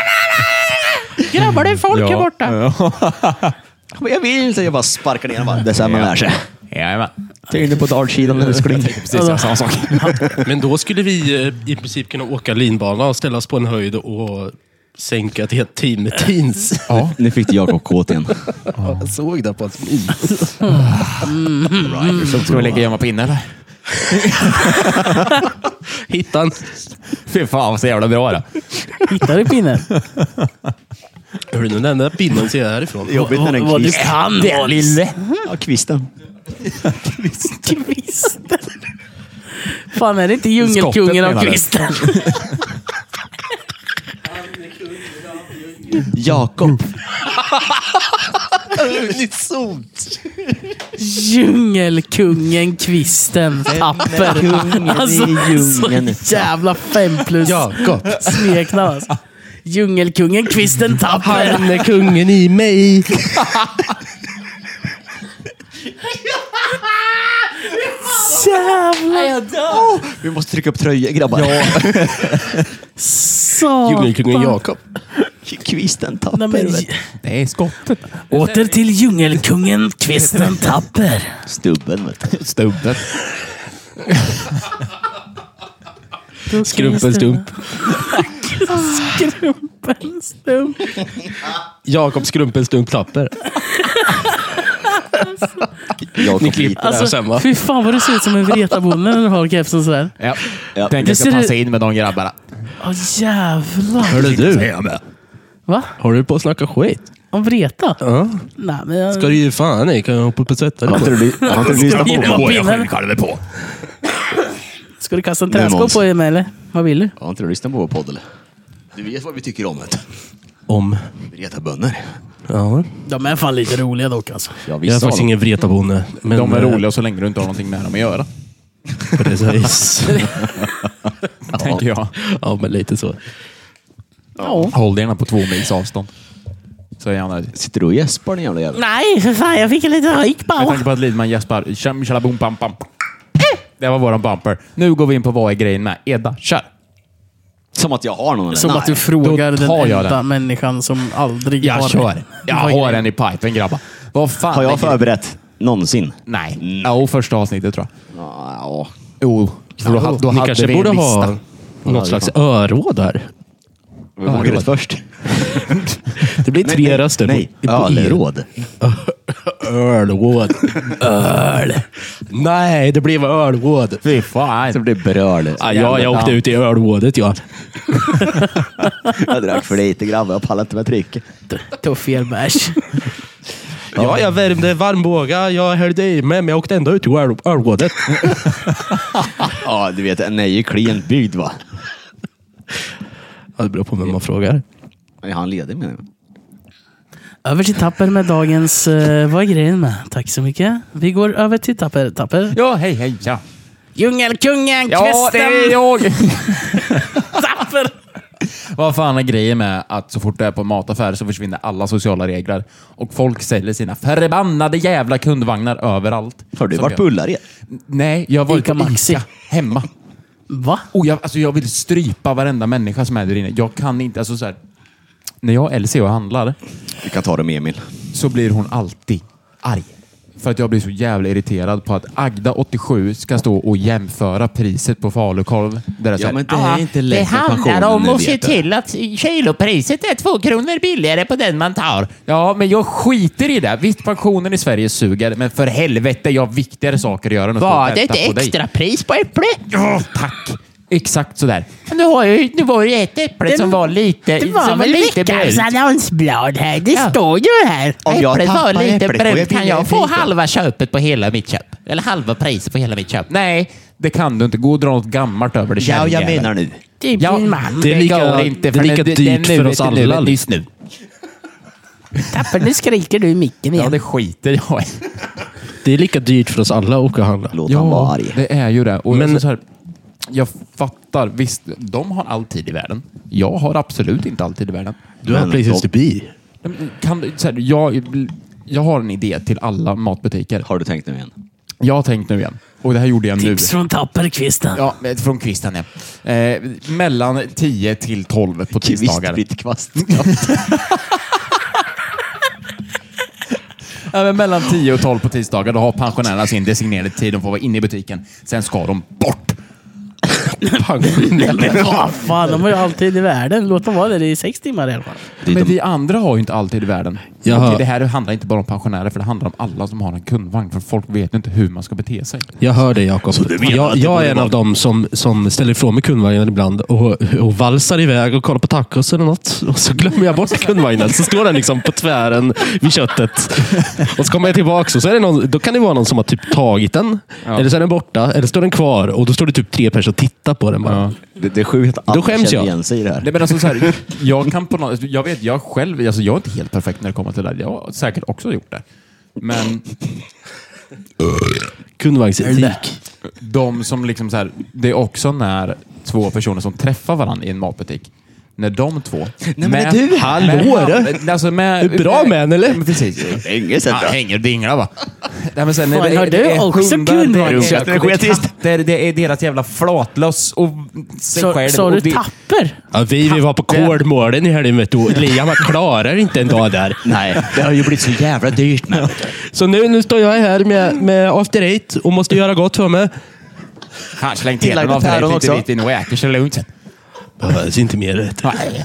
Grabbar, det är folk här borta. Men jag vill inte, jag bara sparkar ner bara. Det är så här man lär sig. Jajamän. Tänkte på dartsidan eller skling. Precis samma sak. Men då skulle vi i princip kunna åka linbana och ställa oss på en höjd och sänka ett helt team med teens. Ja. Nu fick du Jakob kåt igen. Jag såg det på hans min. Ska vi lägga gömma pinne eller? Hittan. Fy fan, så jävla bra då. Hittar du pinnen? Hörru, den enda pinnen ser jag härifrån. Jobbigt när den Vad du kvist. kan, Det lille. Ja, kvisten. Kvisten. Fan, är det inte djungelkungen av kvisten? Jakob. Djungelkungen, kvisten, tapper. Alltså, så jävla 5+ Jakob. smeknamn. Alltså. Djungelkungen, kvisten, tapper. Han är kungen i mig. Jävlar. Vi måste trycka upp tröjor, grabbar. Djungelkungen Satan. Jakob. Kvisten Nej, tapper. men, Det är skottet. åter till djungelkungen, kvisten, tapper. Stubben, vet du. Stubbet. Skrumpelstump. Skrumpelstump. Jakob Skrumpelstump Tapper. Ni klipper det här sen va? Fy fan vad du ser ut som en Vretabonde när du har kepsen sådär. Ja. Ja. Tänk Det jag ska ser passa ut- in med de grabbarna. Åh jävlar. Hörru du, Va? har du på att snacka skit? Om Vreta? Ja. Nej, men jag... Ska du ge fan i? Kan jag hoppa upp och sätta dig Har på? inte du lyssnat Ge mig på? bara pinnen. själv på. Ska du kasta en Nu, träskåp Måns. på mig eller? Vad vill du? Har inte du lyssnat på vår podd eller? Du vet vad vi tycker om det. Om. Vretabönder. Ja. De är fan lite roliga dock alltså. Ja, Jag är visst faktiskt ingen Vretabonde. Men De är roliga så länge du inte har någonting med dem att göra. Precis. Tänker jag. Ja, men lite så. Ja. Håll dig gärna på 2 mils avstånd. Så är jag nöjd. Sitter du och gäspar, den jävla jävel? Nej, för fan. Jag fick en liten ryck Jag bara. tänker på att Lidman gäspar. Tjallabom pam pam. Det var våran bumper. Nu går vi in på vad är grejen med. Edda, kör! Som att jag har någon eller? Som Nej. att du frågar Då den tar jag enda den. människan som aldrig Jag har... kör. Jag Vad är har det? den i pipen, grabbar. Vad fan Har är jag grejen? förberett någonsin? Nej. Jo, första avsnittet tror jag. Ja. Jo, för då Ni hade kanske vi en borde lista. ha något slags öråd där. Vem var det först? Det blir 3 röster. Nej, ölråd. Ölråd. Öl. Nej, det blev ölråd. Fy fan. Så blev bröl. Ja, jag åkte ut i ölrådet, ja. Jag drack för lite, grabbar. Jag pallar inte med trycket. Tog fel bärs. Ja, jag värmde varmbåga. Jag höll i med, men jag åkte ändå ut i ölrådet. Ja, du vet, den är ju klent byggd, va? Ja, det beror på vem man frågar. Är han ledig med det? Över till Tapper med dagens... vad är grejen med? Tack så mycket. Vi går över till Tapper. Tapper. Ja, hej. Ja, Djungelkungen, ja det kvästen. är jag. Tapper. Vad fan är grejen med att så fort du är på en mataffär så försvinner alla sociala regler och folk säljer sina förbannade jävla kundvagnar överallt. Har du Som varit jag- bullar igen? Nej, jag var Ica på Maxi. Ica hemma. Va? Och jag vill strypa varenda människa som är där inne. Jag kan inte, alltså så här, när jag och Elsie handlar Vi kan ta det med Emil. så blir hon alltid arg. För att jag blir så jävla irriterad på att Agda 87 ska stå och jämföra priset på falukorv. Där det är så Ja, här, men det är inte lätt Det med handlar pensionen, om nu att se vet du. till att kilopriset är 2 kronor billigare på den man tar. Ja, men jag skiter i det. Visst, pensionen i Sverige suger, men för helvete, jag har viktigare saker att göra än att stå och Var det vänta ett på dig. extra pris på äpple? Ja, tack. Exakt sådär. Men nu var ju ett äpple som var lite... Det var som väl lite veckans brunt. annonsblad här. Det Ja. står ju här. Om jag Äpplet var tappar lite äpplet, får jag brunt. Kan billigare jag få pris då? halva köpet på hela mitt köp? Eller halva priset på hela mitt köp? Nej, det kan du inte. Gå och dra något gammalt över det. Ja, jag kärringjävel. menar nu. Typ Ja, din man. Det är lika, går inte, det är lika dyrt för oss alla. Nyss nu. Tapper, nu skriker du i micken Ja, igen. det skiter jag i. Det är lika dyrt för oss alla att åka och handla. Låt han vara arg. det är ju det. Och Men- men, så här, jag fattar. Visst, de har all tid i världen. Jag har absolut inte all tid i världen. Du har Men Places de- to be. Kan, du- så här, jag har en idé till alla matbutiker. Har du tänkt nu igen? Jag har tänkt nu igen. Och det här gjorde jag nu. Tips från Tapperkvisten. Ja, från kvisten, ja. Mellan 10 till 12 på tisdagar. Kvist. Ja, men mellan 10 och 12 på tisdagar, då har pensionärerna sin designerade tid. De får vara inne i butiken. Sen ska de bort. Ja, fan, de var ju alltid i världen. Låt dem vara där i 6 timmar i alla fall. Men vi andra har ju inte alltid i världen. Jaha. Okej, det här handlar inte bara om pensionärer, för det handlar om alla som har en kundvagn. För folk vet inte hur man ska bete sig. Jag hör det, Jakob. Jag är en av dem som ställer ifrån mig kundvagnen ibland och valsar iväg och kollar på tacos eller något. Och så glömmer jag bort kundvagnen. Så står den liksom på tvären vid köttet. Och så kommer jag tillbaka och så är det någon, då kan det vara någon som har typ tagit den. Ja. Eller så är den borta. Eller står den kvar och då står det typ 3 personer och tittar på den bara. Ja. Det är sjukt att Då skäms jag. igen sig i det här. Nej, men alltså, så här, jag kan på något, jag vet, jag själv, alltså, jag är inte helt perfekt när det kommer till det där. Jag har säkert också gjort det. Men Kundvagnsetik. de som liksom så här, det är också när 2 personer som träffar varandra i en matbutik. När de 2... Nej, men du, hallå! Alltså med, Bra med eller? Men precis. Länge sedan. Ja, hänger och dinglar va? Nej, men sen, Fan, det har du också kundvagn? Det är deras jävla flatlöss och sig själv. Så och du det- tapper? Ja, vi var på Kolmålen i helgen, vet du. Liam klarar inte en dag där. Nej, det har ju blivit så jävla dyrt med. Så nu står jag här med After Eight och måste göra gott för mig. Han slängde till Tillagda den av dig päron lite också. vitvin och äter så lugnt sen. Behövs inte mer rätt.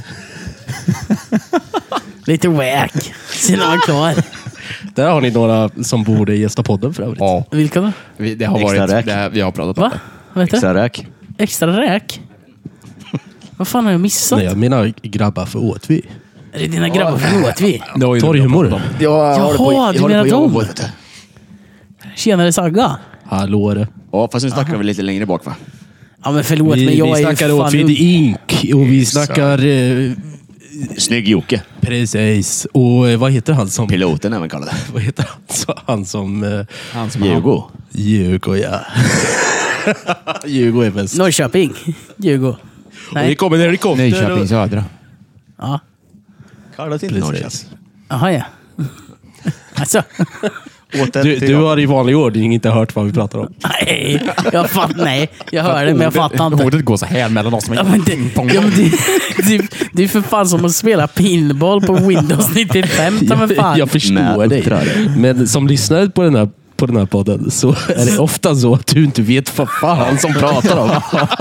Lite wack. Sen är han klar. Där har ni några som borde gästa podden för övrigt. Ja. Vilka då? Det har Extra varit... räk. Vi har pratat om Va? det. Vad heter det? Extra räk. Extra räk? Vad fan har jag missat? Nej, jag menar grabbar för Åtvi. Är det dina grabbar från Åtvi? Det har ju Torghumor. Jaha, du menar dem? Tjenare Sagga. Hallå det. Ja, fast nu snackar vi lite längre bak va? Ja men förlåt, men jag Vi är ju snackar fan... Åtvi Ink och vi snackar... Snygg Jocke. Precis. Och vad heter han som... Piloten även kallad. Vad heter han som... Han som Djugo. Djugo, ja. Djugo är bäst. Norrköping. Djugo. Och det Nej. kommer en helikopter. Nyköping södra. Ja. Kallat inte Norrköping. Jaha ja. Alltså. Du har i vanlig ordning inte hört vad vi pratar om. Nej, nej, jag hör det men jag fattar inte. Ordet går så här mellan oss. Ja, men det är för fan som att spela pinball på Windows 95. Ta med fan. Jag förstår Med dig. uppdrag. Men som lyssnar på den här podden så är det ofta så att du inte vet vad fan som pratar om.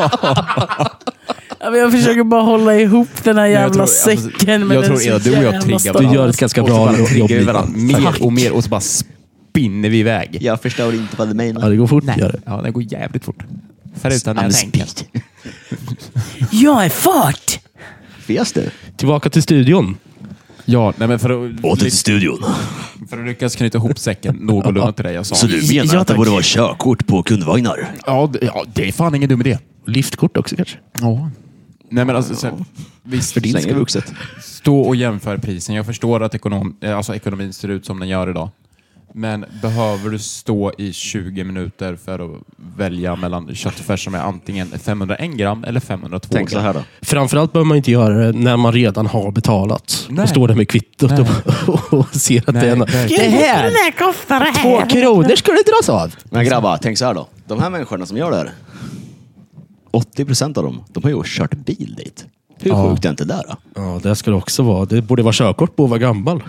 Ja, men jag försöker bara hålla ihop den här jävla säcken. Men jag den är tror så Eda, du och jag jävla triggar stark. varandra. Du gör ett ganska Och så bra bara triggar jobb. vi varandra mer och mer och så bara spinner vi iväg. Jag förstår inte vad du menar. Ja, det går fort. Gör det. Ja, det går jävligt fort. Förutom när jag tänker. Jag är fart! Fias du? Tillbaka till studion. Ja, nej, men för Åter till studion. att lyckas knyta ihop säcken någorlunda till det jag sa. Så du menar Ja, att det tack. borde vara körkort på kundvagnar? Ja, det är fan ingen dum idé. Liftkort också kanske. Ja. Nej, men alltså, så, visst, För din skull. Vuxet. stå och jämför prisen. Jag förstår att ekonomin ser ut som den gör idag. Men behöver du stå i 20 minuter för att välja mellan köttfärs som är antingen 501 gram eller 502 Tänk så gram? här då. Framförallt behöver man inte göra det när man redan har betalat. Nej. Och står där med kvittot och ser att det är verkligen. det här. Det kostar det 2 här. kronor skulle dras av. Men grabbar, tänk så här då. De här människorna som gör det här. 80% av dem, de har ju kört bil dit. Hur sjukt är inte det där då? Ja, det ska det också vara. Det borde vara körkort på att vara gammal.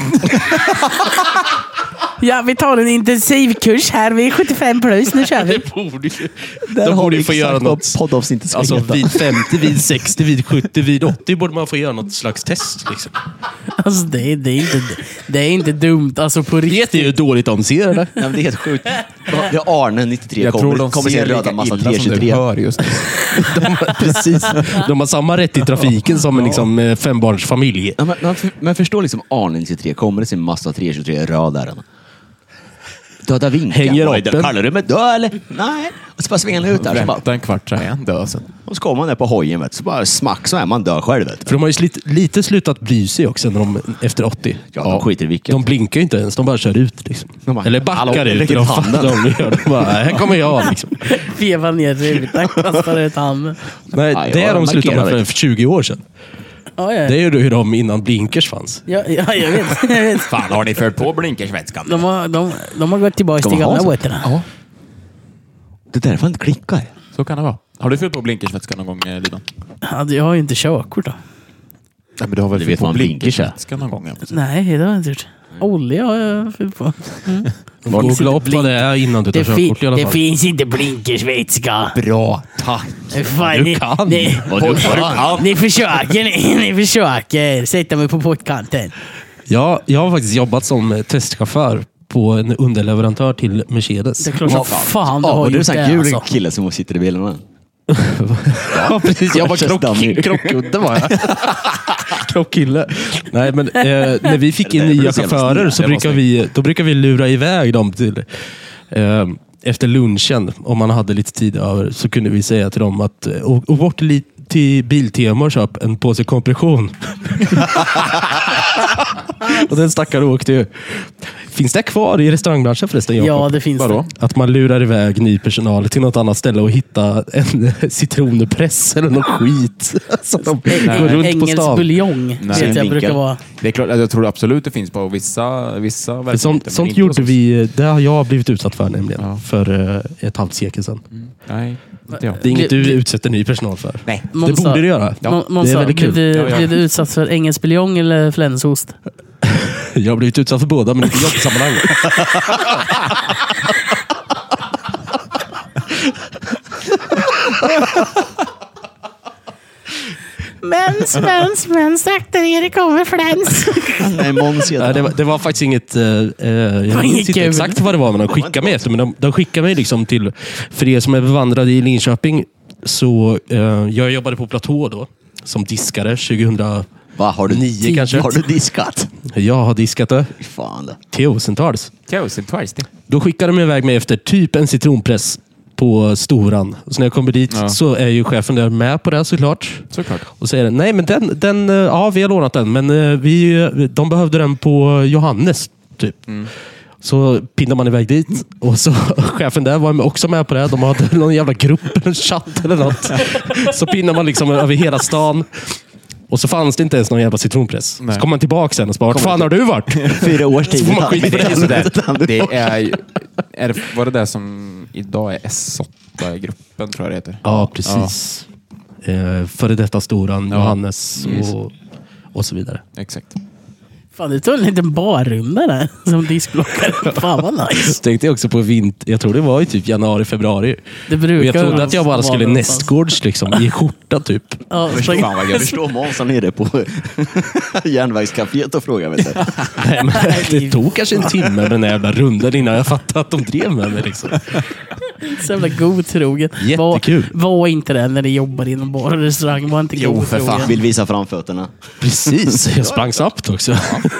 Ja, vi tar en intensivkurs här. Vi är 75 plus, nu kör vi. De borde ju få göra något. Poddavsnittet ska Alltså heta. vid 50, vid 60, vid 70, vid 80 borde man få göra något slags test. Liksom. Alltså det är inte dumt. Alltså på riktigt. Vet ni hur dåligt de ser eller? Nej, men det är helt sjukt. Det är Arne, 93, Jag tror de kommer ser sin röda lika massa illa som du 323. hör just nu. Precis. De har samma rätt i trafiken som en liksom, fembarnsfamilj. Ja, men förstå liksom Arne, 93, kommer det sin massa 323 röd där. Döda vinkeln. Hänger Vad är upp det? en. Kallar du mig död eller? Nej. Och så bara svänger han ut där. Så bara, Vänta en kvart så är han död sen. och så kommer man där på hojen, vet du. Så bara smack så är man död själv. Vet du. För de har ju lite slutat bry sig också när de, efter 80. Ja, de skiter i vilket. De blinkar ju inte ens, de bara kör ut. Liksom. De bara, Eller backar hallå, ut. lägg De, ut handen. de bara, här kommer jag. Liksom. Veva ner rutan, kastar ut handen. Nej, Ja, det jag är de slutade markerar med för 20 år sedan. Ja, ja. Det är ju hur de innan blinkers fanns. Ja, jag vet. Fan, har ni fört på blinkersvätskan? De har gått tillbaka Ska till man ha gamla så? båtarna. Det är därför han inte klickar. Så kan det vara. Har du fyllt på blinkersvätska någon gång, Lidan? Jag har ju inte körkort då. Nej, men du har väl Du fyllt vet på vad en blinkers är? blinkersvätska någon gång? Nej, det har jag inte gjort. Olja har jag fyllt på. Googla upp vad det är innan du tar körkort i alla fall. finns inte blinkersvätska. Bra, tack. Fan, Du kan. Ni försöker sätta mig på pottkanten. Ja, jag har faktiskt jobbat som testchaufför på en underleverantör till Mercedes. Det är klart som fan du Ja, har och du är gjort en sån det. här gul Alltså. kille som sitter i bilen med. Ja, precis. Jag var Just dummy. krockkudde var jag. Krockkille. Nej, men när vi fick in nya så jävla chaufförer så snyggt. brukar vi lura iväg dem till... efter lunchen, om man hade lite tid över, så kunde vi säga till dem att åk bort till Biltema och köp en påse kompression. Och den stackare åkte ju. Finns det kvar i restaurangbranschen förresten, Jakob? Ja, det finns det. Att man lurar iväg ny personal till något annat ställe och hittar en citronpress eller något skit. Så de går runt på Engelsk stan. buljong vet jag brukar vara. Det är klart, jag tror absolut det finns på vissa verksamheter. Sånt gjorde vi, det har jag blivit utsatt för nämligen. För ett halvt sekel sedan. Nej, inte jag. Det är inget du utsätter ny personal för. Nej. Det borde du göra. Det är väldigt kul. Blev du utsatt för engelsk buljong eller flänsost? Jag har blivit utsatt för båda, men inte i jobbsammanhang. Men sakta ner, det kommer fläns. Nej, Måns Nej, det var faktiskt inget... jag minns inte kul. exakt vad det var, men de skickade mig efter. Men de skickade mig liksom till... För er som är bevandrade i Linköping, så jag jobbade på platå då, som diskare 2009 kanske. Har du diskat? Jag har diskat det. Fy fan det. Tusentals. Twice det. Då skickade de iväg mig efter typ en citronpress på Storan. Så när jag kommer dit så är ju chefen där med på det såklart. Och säger nej men den ja vi har lånat den, men de behövde den på Johannes typ. Så pinnar man iväg dit och så chefen där var också med på det. De hade någon jävla grupp, en chatt eller något. Så pinnar man liksom över hela stan. Och så fanns det inte ens någon jävla citronpress. Nej. Så kom man tillbaka sen och bara, vart fan har du varit? 4 års tid. Så får man skit för det. Var det där som idag är S8-gruppen, tror jag det heter? Ja, precis. Ja. Före detta Storan, Johannes och så vidare. Exakt. Fan, det tog en liten barrunda där som diskblockare. Fan vad nice. Tänkte jag också på jag tror det var i typ januari, februari. Det brukar och jag trodde att jag bara skulle nästgårds liksom, i skjorta typ. Ja, Jag förstår Måns nere på järnvägscaféet och frågar. Vet du. Nej, men det tog kanske en timme med den här jävla rundan innan jag fattade att de drev med mig. Liksom. Så jävla godtrogen. Jättekul. Var inte det när ni jobbar inom bar och restaurang? Var inte godtrogen. Vill visa fram fötterna. Precis, jag sprang snabbt också.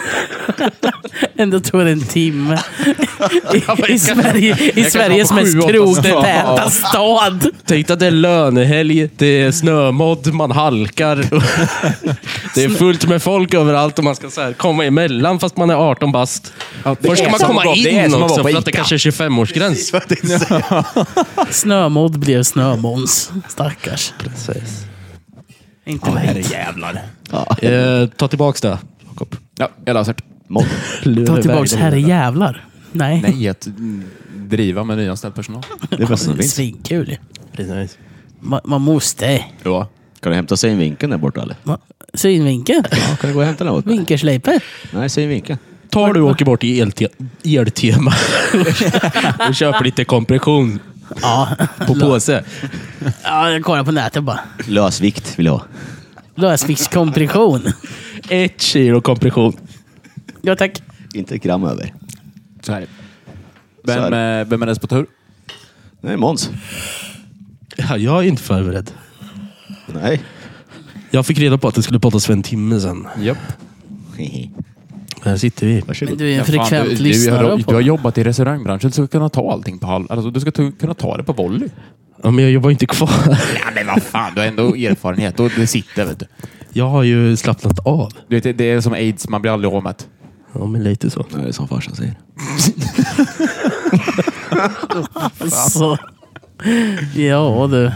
Ändå tog det en timme. I Sveriges mest krogtäta stad. Tänkte att det är lönehelg, det är snömodd, man halkar. Det är fullt med folk överallt och man ska så här komma emellan fast man är 18 bast. Först ska man komma in också för att det kanske är 25-årsgräns. Snömodd blev snömåns. Stackars. Precis. Inte lätt. Jävlar. Ta tillbaks det, Jakob. Ja, jag läser det. Ta tillbaks herre jävlar. Nej. Nej, att driva med nyanställd personal. Det är bäst som finns. Svinkul. Precis. Man måste. Ja. Kan du hämta synvinkeln där borta eller? Synvinkel. Ja, kan du gå och hämta den åt mig? Vinkersliper. Nej, synvinkeln. Tar du och åker bort i Eltema och köper lite kompression på påse. Ja, jag kollar på nätet bara. Lösvikt vill jag ha. Lösviktskompression. 1 kilo kompression. Ja, tack. Inte ett gram över. Så här. Vem är näst på tur? Nej, Måns. Ja, jag är inte förberedd. Nej. Jag fick reda på att det skulle poddas för en timme sedan. Japp. Här sitter vi. Men du är en frekvent lyssnare du har jobbat i restaurangbranschen, så du ska kunna ta allting på alltså, du ska kunna ta det på volley. Ja, men jag jobbar inte kvar. Ja, men vad fan, du har ändå erfarenhet och det sitter, vet du. Jag har ju slappnat av. Du vet, det är som AIDS, man blir aldrig avmätt. Ja, men lite så. Nej, det är som farsan säger. Så. Ja, du.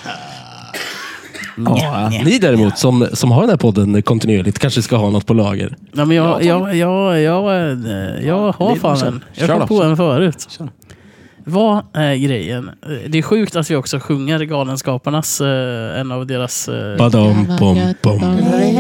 Ja. Ni däremot, som har den här podden kontinuerligt, kanske ska ha något på lager. Ja, men jag har fan en. Jag kom på en förut. Vad är grejen? Det är sjukt att vi också sjunger Galenskaparnas, en av deras... Badam, bom, bom.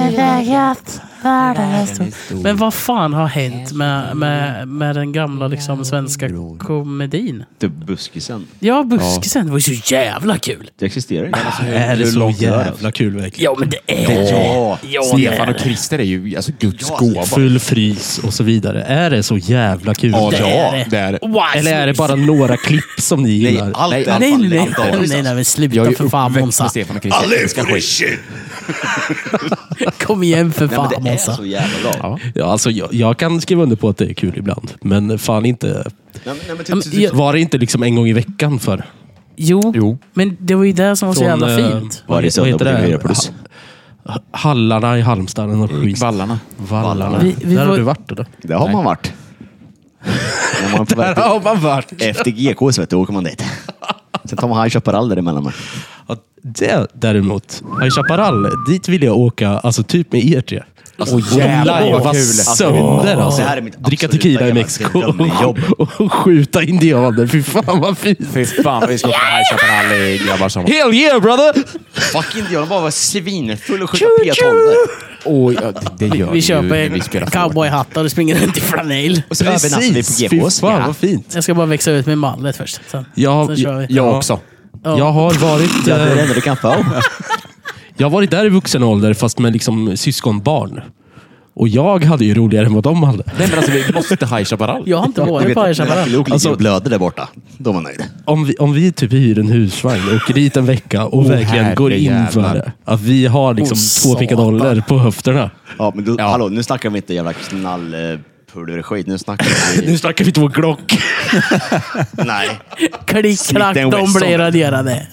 Men vad fan har hänt med den gamla liksom, svenska komedin? Det buskisen. Ja, buskisen. Det var ju så jävla kul. Det existerar inte. Är det så jävla kul verkligen? Ja, men det är Ja. Stefan och Christer är ju alltså Guds gåva. Full frys och så vidare. Är det så jävla kul? Ja, det är det är det. Wow, Eller är det bara några klipp som ni gillar? Nej, men Jag sluta är för fan, uppväxt Monsa. med Stefan och Christer. Jag älskar skit. Kom igen för Nej, fan, men det är Monsa. så jävla bra. Ja. Ja, alltså, jag kan skriva under på att det är kul ibland. Men fan inte... Var det inte liksom en gång i veckan för? Jo, men det var ju det som var så jävla fint. Varje söndag på TV4 Plus. Hallarna i Halmstad. Och skit. Vallarna. Vi Där var- har du varit eller? Det har man varit. När man är på väg har man varit. efter GKs vet du, åker man dit. Sen tar man High Chaparral däremellan. Ja, det däremot. High Chaparral, dit vill jag åka alltså typ med er tre. jävlar, vad Lajva kul. sönder alltså. Det här är mitt Dricka absoluta tequila i jävla Mexiko drömjobb. och skjuta indianer. Fy fan vad fint. Fy fan, vi ska åka High Chaparral i grabbar som... Hell yeah brother! Fuck indianen bara var svinfull och skjuta P12. Oj, ja, det gör Vi ju köper när vi spelar fotboll. cowboyhattar och springer runt i flanell. Och så övernattar vi Precis, på fy GKs. fan Ja. vad fint. Jag ska bara växa ut med mallet först. Sen kör vi. Jag också. Jag har varit... Ja, det är det enda du kan få. Jag har varit där i vuxen ålder fast med liksom syskonbarn. Och jag hade ju roligare än vad de hade. Nej, men alltså vi måste High Chaparral. Jag har inte varit på High Chaparral. Luke ligger Alltså- och blöder där borta. Då var man nöjd. Om vi typ hyr en husvagn och åker dit en vecka och verkligen går in för det. Att vi har liksom 2 pickadoller på höfterna. Ja, men du, hallå, nu snackar vi inte jävla knallpulverskit. Nu snackar vi... Nu snackar vi 2 Glock. Nej. Klick, klack, Smith & de Wesson. blir raderade.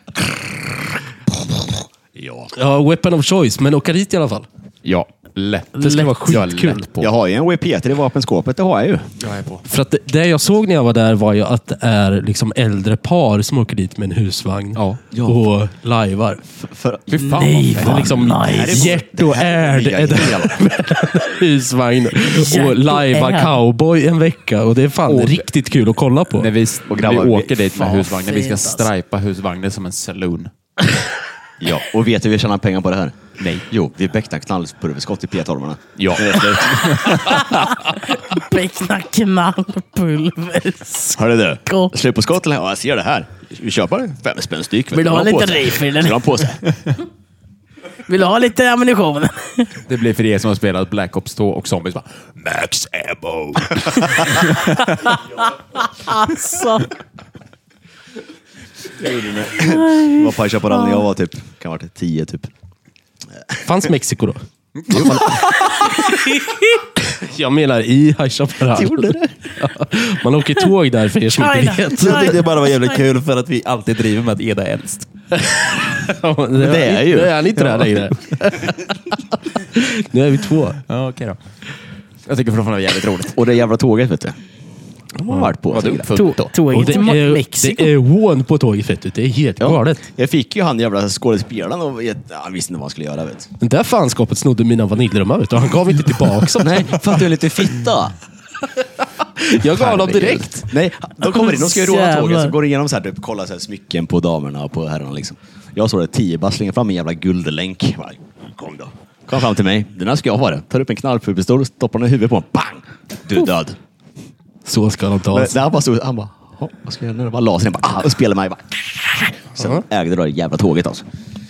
Ja. Ja, weapon of choice. Men åka dit i alla fall. Ja, lätt. Det ska vara Jag är skitkul. lätt på. Jag har ju en WP3 i vapenskåpet, det har jag ju. Jag är på. För att det jag såg när jag var där var ju att det är liksom äldre par som åker dit med en husvagn Ja. och lajvar. Fy fan Nej, vad Det är vad liksom nice. hjärt och ärd är där med en husvagn Hjärt och och lajvar ärd. cowboy en vecka. Och det är fan Och- riktigt kul att kolla på. När vi grabbar, åker dit med fan husvagnen. Vi ska fint, alltså. stripa husvagnen som en saloon. Ja, och vet du vi tjänar pengar på det här? Nej. Jo, vi becknar knallpulverskott i P12-arna. Ja. Beckna knallpulver. Hörru du, Gott. slut på skott eller? Ja, jag ser det här. Vi köper 5 spänn styck. Vill du ha lite refill, Ska eller? du ha en påse? Vill du ha lite ammunition? Det blir för er som har spelat Black Ops 2 och Zombies bara Max ammo. Alltså. Jag var på Chaparral när jag var typ, kan ha varit 10 typ. Fanns Mexiko då? Jag menar i High Chaparral. Gjorde det? Man åker tåg där för er som inte China. vet. Jag tyckte det bara var jävligt kul för att vi alltid driver med att Eda är äldst. Det är ju. Nu är han inte där längre. Nu är vi 2. Ja, okej då. Jag tycker fortfarande det var jävligt roligt. Och det jävla tåget vet du. De har varit på. Vad dumt. Tåget Och till Mexiko. det är hån på tåget fett ut. Det är helt galet. Jag fick ju han jävla skådespelaren och han visste inte vad han skulle göra vet. Den där fanskapet snodde mina vaniljrömmar vet du. Han gav inte tillbaka. Nej, för att du är lite fitta. Jag gav dem direkt. Nej, de kommer in, de ska ju råna Jävlar. tåget, så går de igenom så här, typ, kollar så här, smycken på damerna och på herrarna liksom. Jag såg det 10 bara slänger fram en jävla guldlänk. Bara, kom då. Kom fram till mig, den här ska jag ha det. Tar upp en knallpulverpistol, stoppar den i huvudet på honom, bang! Du är död. Så ska de ta. Det här bara stod, han bara, vad ska jag göra nu? Bara la sig ner och spelade mig. Bara. Sen ägde då det jävla tåget alltså.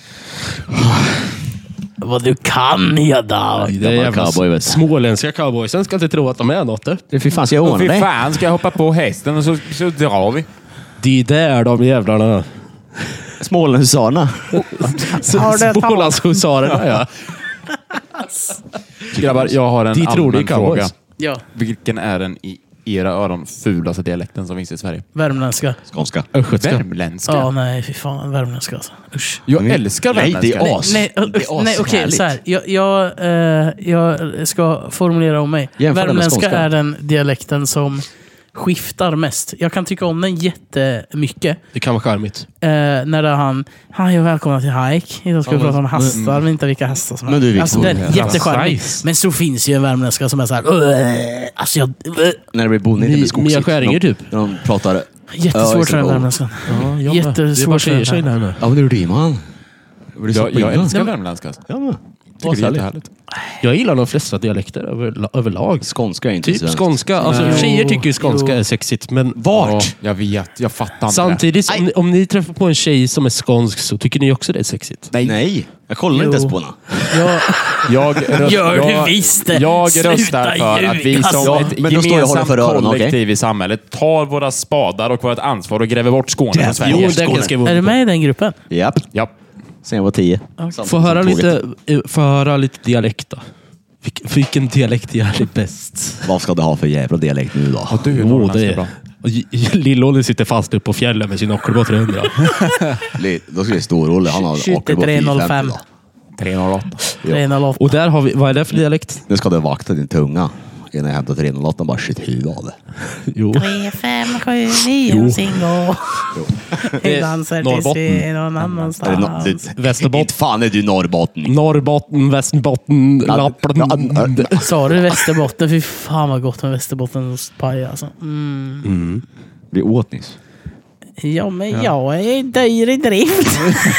Vad du kan, Eda. Det är jävla cowboy, vet du. småländska cowboysen ska inte tro att de är något. Det fy fan ska jag Och ordna fy det? fan, ska jag hoppa på hästen och så drar vi. De där de jävlarna. Smålandshusarna. Smålandshusarerna ja. Grabbar, jag har en De tror det är allmän fråga. cowboys. Ja, Vilken är den i era öron fulaste dialekten som finns i Sverige? värmländska. Skånska. Östgötska. Värmländska. Ja, nej, fy fan. Värmländska alltså. Usch. Jag älskar Nej, det värmländska. är as. Nej, det är nej okej, ashärligt. så här. Jag ska formulera om mig. Jämför den med Värmländska skånska. är den dialekten som skiftar mest. Jag kan tycka om den jättemycket. Det kan vara charmigt. När han... Hej och välkomna till Hike. Idag ska vi prata om hästar, men inte vilka hästar som Men du, alltså, den är jättecharmig. Nice. Men så finns ju en värmländska som är så här... Alltså jag... När det blir bonigt, det blir skogsigt. Mia Skäringer typ. När de pratar... Jättesvårt för den värmländskan. Ja, det är Jättesvårt bara för den tjejer sig där nu. Ja, men det är man. Jag älskar värmländska. Alltså. Ja, men. Tycker det är jättehärligt. Jag gillar de flesta dialekter överlag. Skånska är inte Typ svenskt. skånska. Alltså, tjejer tycker ju skånska är sexigt, men Ja, jag vet. Jag fattar inte. samtidigt, om ni träffar på en tjej som är skånsk så tycker ni också det är sexigt. Nej, jag kollar inte ens på henne. Gör du visst det? Jag Sluta röstar för att vi ljuga. som Ja, ett men då står jag och håller gemensamt för öronen, kollektiv i samhället tar våra spadar och vårt ansvar och gräver bort Skåne från Sverige. Jo, det kan jag skriva Är du under på. med i den gruppen? Japp. Ja. Sen jag var 10. Få höra lite dialekt då. Vilken dialekt gör dig bäst? Vad ska du ha för jävla dialekt nu då? Du är Jo, norrländska det bra. är... Lill-Olle sitter fast uppe på fjällen med sin Ockelbo 300. Då ska det Stor-Olle. Han har Shit, åker på 305. 450 då. 308. 308. Och där har vi... Vad är det för dialekt? Nu ska du vakta din tunga. Innan jag hämtar 308 bara shit huvudet av det. Jo. 3, 5, 7, 9 Singo. Vi dansar tills Norrbotten. vi är någon annanstans. Västerbotten. Inte fan är du norrbottning. Norrbotten, Västerbotten, Lappland. Sa du Västerbotten? Fy fan vad gott med Västerbottenspaj alltså. Vi åt nyss. Ja, men jag är dyr i drift.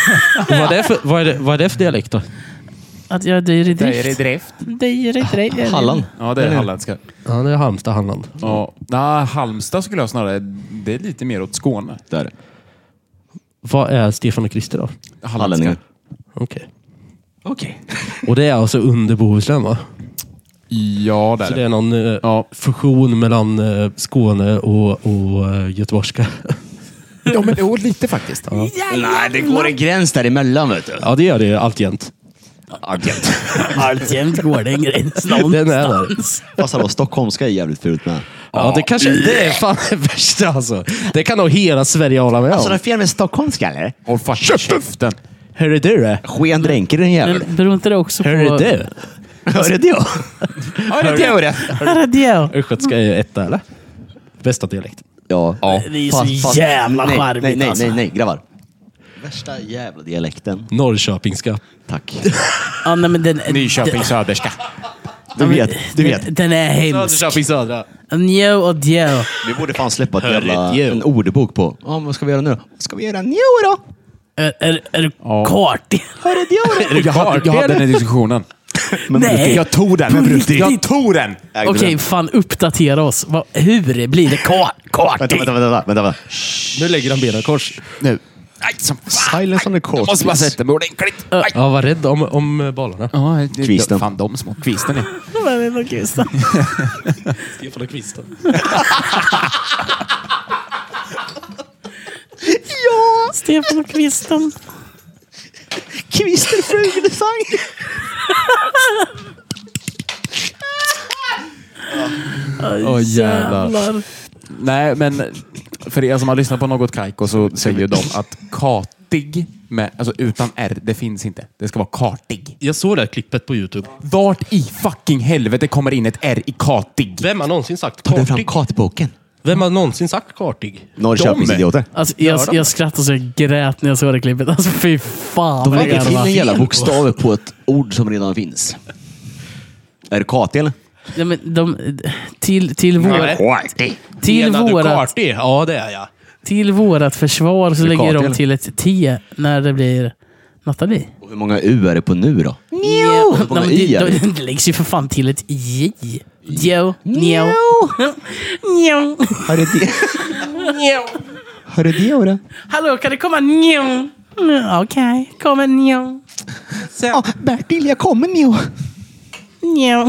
Vad är det för dialekt då? Att jag är dyr i drift. Det är i drift. Dyr i drift. Halland. Ja, det är halländska. Ja, det är Halmstad, Halland. Ja. Nej, Halmstad skulle jag snarare... Det är lite mer åt Skåne. Där. Vad är Stefan och Christer då? Hallänningar. Okej. Okej. Och det är alltså under Bohuslän va? Ja, där Så det är någon fusion mellan Skåne och göteborgska. Ja, men lite faktiskt. Ja. Nej, det går en gräns däremellan vet du. Ja, det gör det alltjämt. Alltjämt går det en gräns Den är där. någonstans. Fast hallå, stockholmska är jävligt fult med. Ja, det kanske det är fan det värsta alltså. Det kan nog hela Sverige hålla med Alltså, om. det är fel med stockholmska eller? Håll fast käften. Hörru du det? Sken dränker den jäveln. Men beror inte det också på... Hörru du? Hörru du? Hörru du? Hörru du? Östgötska är etta eller? Bästa dialekten. Ja. Det är så jävla charmigt nej, alltså. nej, grabbar. Värsta jävla dialekten. Norrköpingska. Tack. Ja, nej, men den... Nyköping söderska. Du vet. Den är hemsk. Söderköping södra. Njo och djo. Vi borde fan släppa ett Hörru, jävla, Dio. en ordbok på. Ja, vad ska vi göra nu? Vad ska vi göra nu då? Är du kartig? Hörru Dio. Jag hade den här diskussionen. Nej. Jag tog den. Jag tog den. Okej, fan uppdatera oss. Hur blir det kartig? Vänta. Nu lägger han benen i kors. Nu. Aj, som fan. Silence on the coast. Jag måste bara sätta mig ordentligt. Ja, var rädd om bollarna. Ja, Kvisten. Fan, de små kvisten är. Vad är det för Stefan och Kvisten. Stefan och Kvisten. Kvister Fuglesang. Åh, jävlar. Nej, men för er som har lyssnat på något Kaiko så säger ju de att kartig med, alltså utan R, det finns inte. Det ska vara kartig. Jag såg det här klippet på YouTube. Vart i fucking helvete kommer in ett R i kartig? Vem har någonsin sagt Ta den fram kartig? kartboken. Vem har någonsin sagt kartig? Norrköpingsidioter. Alltså, jag skrattade så jag grät när jag såg det klippet. Alltså fy fan. De vad lägger jag till garvar. en jävla bokstav på ett ord som redan finns. Är det kati eller? Ja, men till vårat kartig? Ja, det är jag. till vårat försvar så det lägger kartig, de eller? till ett T när det blir Nathalie. Och hur många U är det på nu då? Ja, Hur många men I är det? det läggs ju för fan till ett J. Jo, njo. Njo. Har det det? Har det det då? Hallå, kan det komma njo? Okej, kommer njo. Ja, Bertil, jag kommer nu. Njo.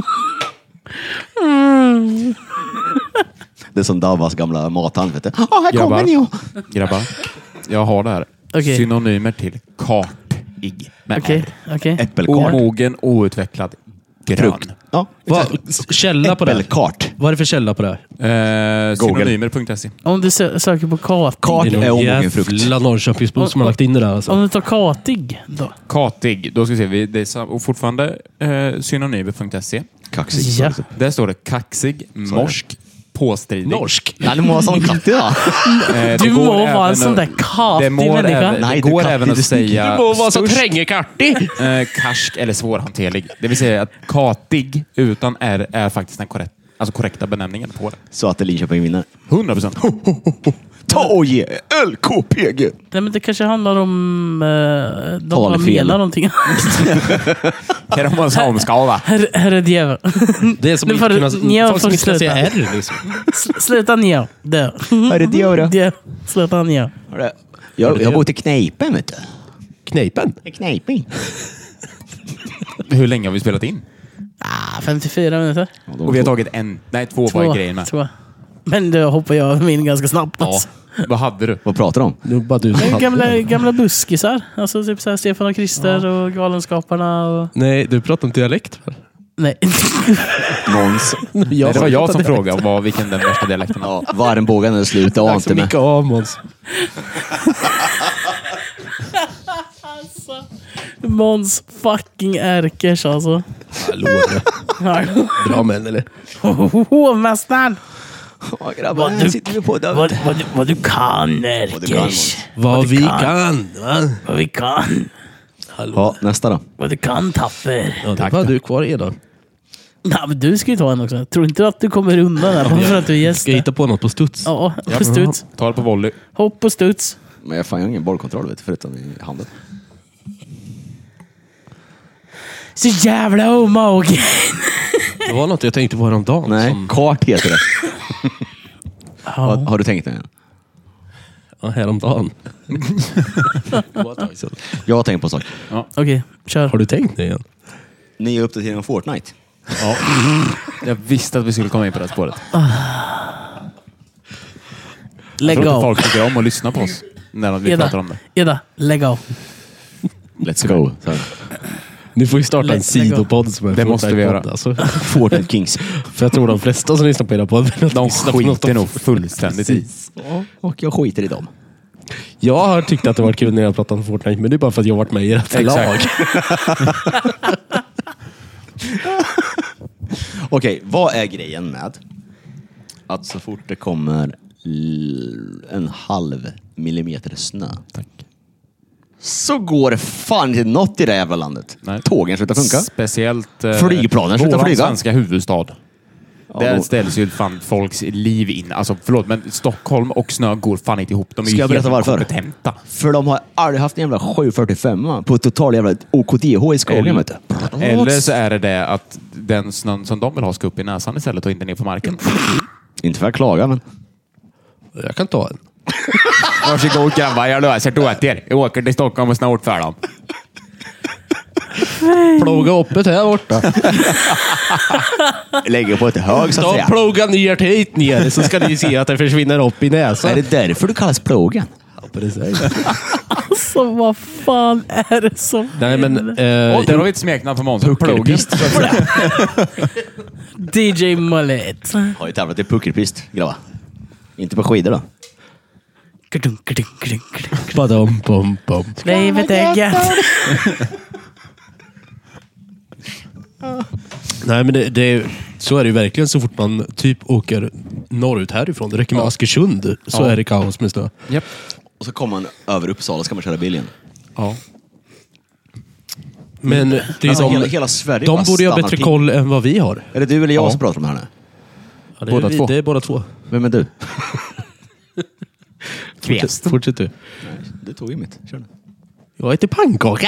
Det är som Davas gamla mathand, vet du. Ja, här Grabbar. kommer ni. Grabbar, jag har det här. Okej. Synonymer till kartig. Med Okej. Äppelkart. Omogen, outvecklad, grön. Frukt. Ja, Källa på det. äppelkart. Vad är det för källa på det? Synonymer.se. Om du söker på katig. Kart är omogen frukt. Jävla Norrköpingsbo som har lagt in det där alltså. Om du tar katig då? Katig, då ska vi se. Det är och fortfarande synonymer.se. Kaxig. Ja. Där står det kaxig, morsk, påstridig. Norsk. Nej, det må vara sån kattig då. Du må vara en sån där katig människa. Det går även att säga Du må vara så störst, trängekartig. karsk eller svårhanterlig. Det vill säga att katig utan R är faktiskt den korrekta benämningen på det. Så att Linköping vinner. 100%. Ta och ge LKPG. Nej, men det kanske handlar om... de bara Talfel. menar någonting. Kromosomskada. Herre djävul. Det är som Nu får inte du- kunna... ni har Folk som fått inte kan säga sluta. R liksom. Sluta ner. Dö. Hörru, det gör det. Sluta ner. Jag har bott i Kneipen, vet du. Kneipen. Kneipen. Hur länge har vi spelat in? 54 minuter. Och vi har tagit två var grejen med. Två. Men då hoppar jag min ganska snabbt. Ja. Alltså. Vad hade du? Vad pratar du om? Det var bara du som hade Gamla buskisar. Alltså typ så här Stefan och Krister och Galenskaparna. Och... Nej, du pratar om dialekt. Nej. Måns. Nej, det var jag som frågade vilken den värsta dialekten var. Ja, varmbågen är slut. Och Tack inte så med. mycket av Måns. Måns fucking Erkers alltså. Hallå. Bra män eller? Hovmästaren! Ja, grabbar, här sitter vi på David. Vad du kan, du kan, Erkers. Vad vi kan. Va? Vad vi kan. Ja, nästa då. Vad du kan, Tapper. Ja, det är bara du kvar idag. Nej, men du ska ju ta en också. Jag tror inte att du kommer undan här bara för att du är gäst. Ska jag hitta på något på studs? Ja, på studs. Ta det på volley. Hopp på studs. Men jag har ingen bollkontroll, vet du, förutom i handen. Så jävla omogen. Det var något jag tänkte på häromdagen. Nej, Som, kart heter det. Ja. Har du tänkt det? ja, häromdagen. Det var ett tag sedan. Jag har tänkt på en sak. Okej, kör. Har du tänkt det igen? Ni är uppdatering om Fortnite. Ja. Jag visste att vi skulle komma in på det spåret. Jag Lägg tror inte av. folk tycker om att lyssna på oss när vi pratar om det. Eda, lägg av. Let's go. Så här. Ni får ju starta en Lägg av. sidopodd som är Det måste vi göra. Alltså. Fortnite Kings. För jag tror de flesta som lyssnar på era podd vill De lyssna på något skiter av- nog fullständigt i. Ja, och jag skiter i dem. Jag har tyckt att det var kul när jag pratat om Fortnite, men det är bara för att jag har varit med i ert lag. Okej, vad är grejen med att så fort det kommer en halv millimeter snö så går det fan inte något i det jävla landet. Nej. Tågen slutar funka. Speciellt Flygplanen slutar våran flyga. svenska huvudstad. Där då- ställs ju fan folks liv in. Alltså förlåt, men Stockholm och snö går fan inte ihop. De är Ska ju jag berätta helt varför? kompetenta. För de har aldrig haft en jävla 745 på total jävla OKDH i skogen, vet du. Eller så är det att den snön som de vill ha ska upp i näsan istället och inte ner på marken. Inte för att klaga, men... Jag kan ta en. Varsågod grabbar, jag löser åt er. Jag åker till Stockholm och snart för dem. Ploga upp det här borta. Lägger på ett hög, så att Ta säga. ploga ner till hit ner så ska ni se att det försvinner upp i näsan. Är det därför du kallas plogen? Ja, precis. Alltså vad fan är det som... Nej, men... Och där har vi ett smeknamn på Måns. Plogen. Puckelpist. DJ Mullet. Har ju tävlat i puckelpist, grabbar. Inte på skidor då. Kadunk, kadunk, kadunk, kadunk. Badum, bum, bum. Livet är gött. Nej, men så är det ju verkligen så fort man typ åker norrut härifrån. Det räcker med Askersund så är det kaos med snö. Japp. Och så kommer man över Uppsala ska man köra bil igen. Ja. Men det är Alltså, de, hela Sverige de bara borde ju ha stannar bättre till. koll än vad vi har. Är det du eller jag Ja. som pratar om det här nu? Ja, det Båda är två. Det är båda två. Vem är du? Fortsätt du. Nej, du tog ju mitt. Kör nu. Jag heter Pannkaka.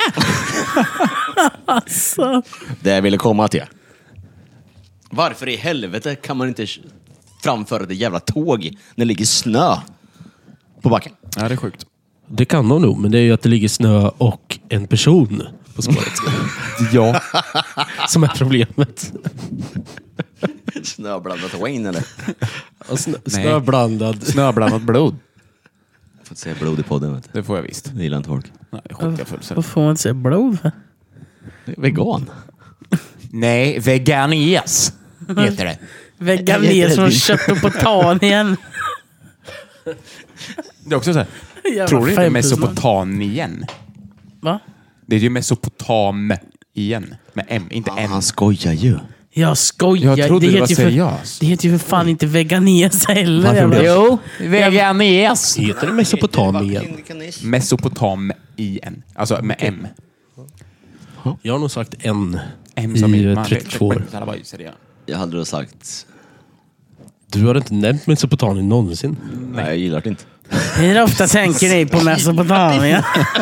Alltså. Det jag ville komma till. Varför i helvete kan man inte framföra det jävla tåg när det ligger snö på backen? Ja, det är sjukt. Det kan de nog, men det är ju att det ligger snö och en person på spåret. Ja. Som är problemet. Snöblandat Wayne eller? Och snöblandad. Snöblandat blod. Jag får inte säga blod i podden, vet du. Det får jag visst. Det gillar inte folk. Nej, det skiter jag fullständigt. Vad får man inte säga blod för? Vegan. Nej, veganes heter det. Veganer som kött och potanien. Det är också så här. Jävla Tror du inte 5 000. Mesopotamien? Va? Det är ju Mesopotam igen. Med M, inte N. Han skojar ju. Jag skojar. Jag trodde det var heter ju seriöst. Det heter ju för fan inte veganes heller. Varför jävla- det? Jo, veganes. Heter det Mesopotamien? Mesopotamien. Alltså med M. Jag har nog sagt en M som i man- 32 år. Alla var ju seriösa. Jag hade då sagt... Du har inte nämnt Mesopotamien någonsin. Nej, jag gillar det inte. Hur ofta tänker ni på Mesopotamien?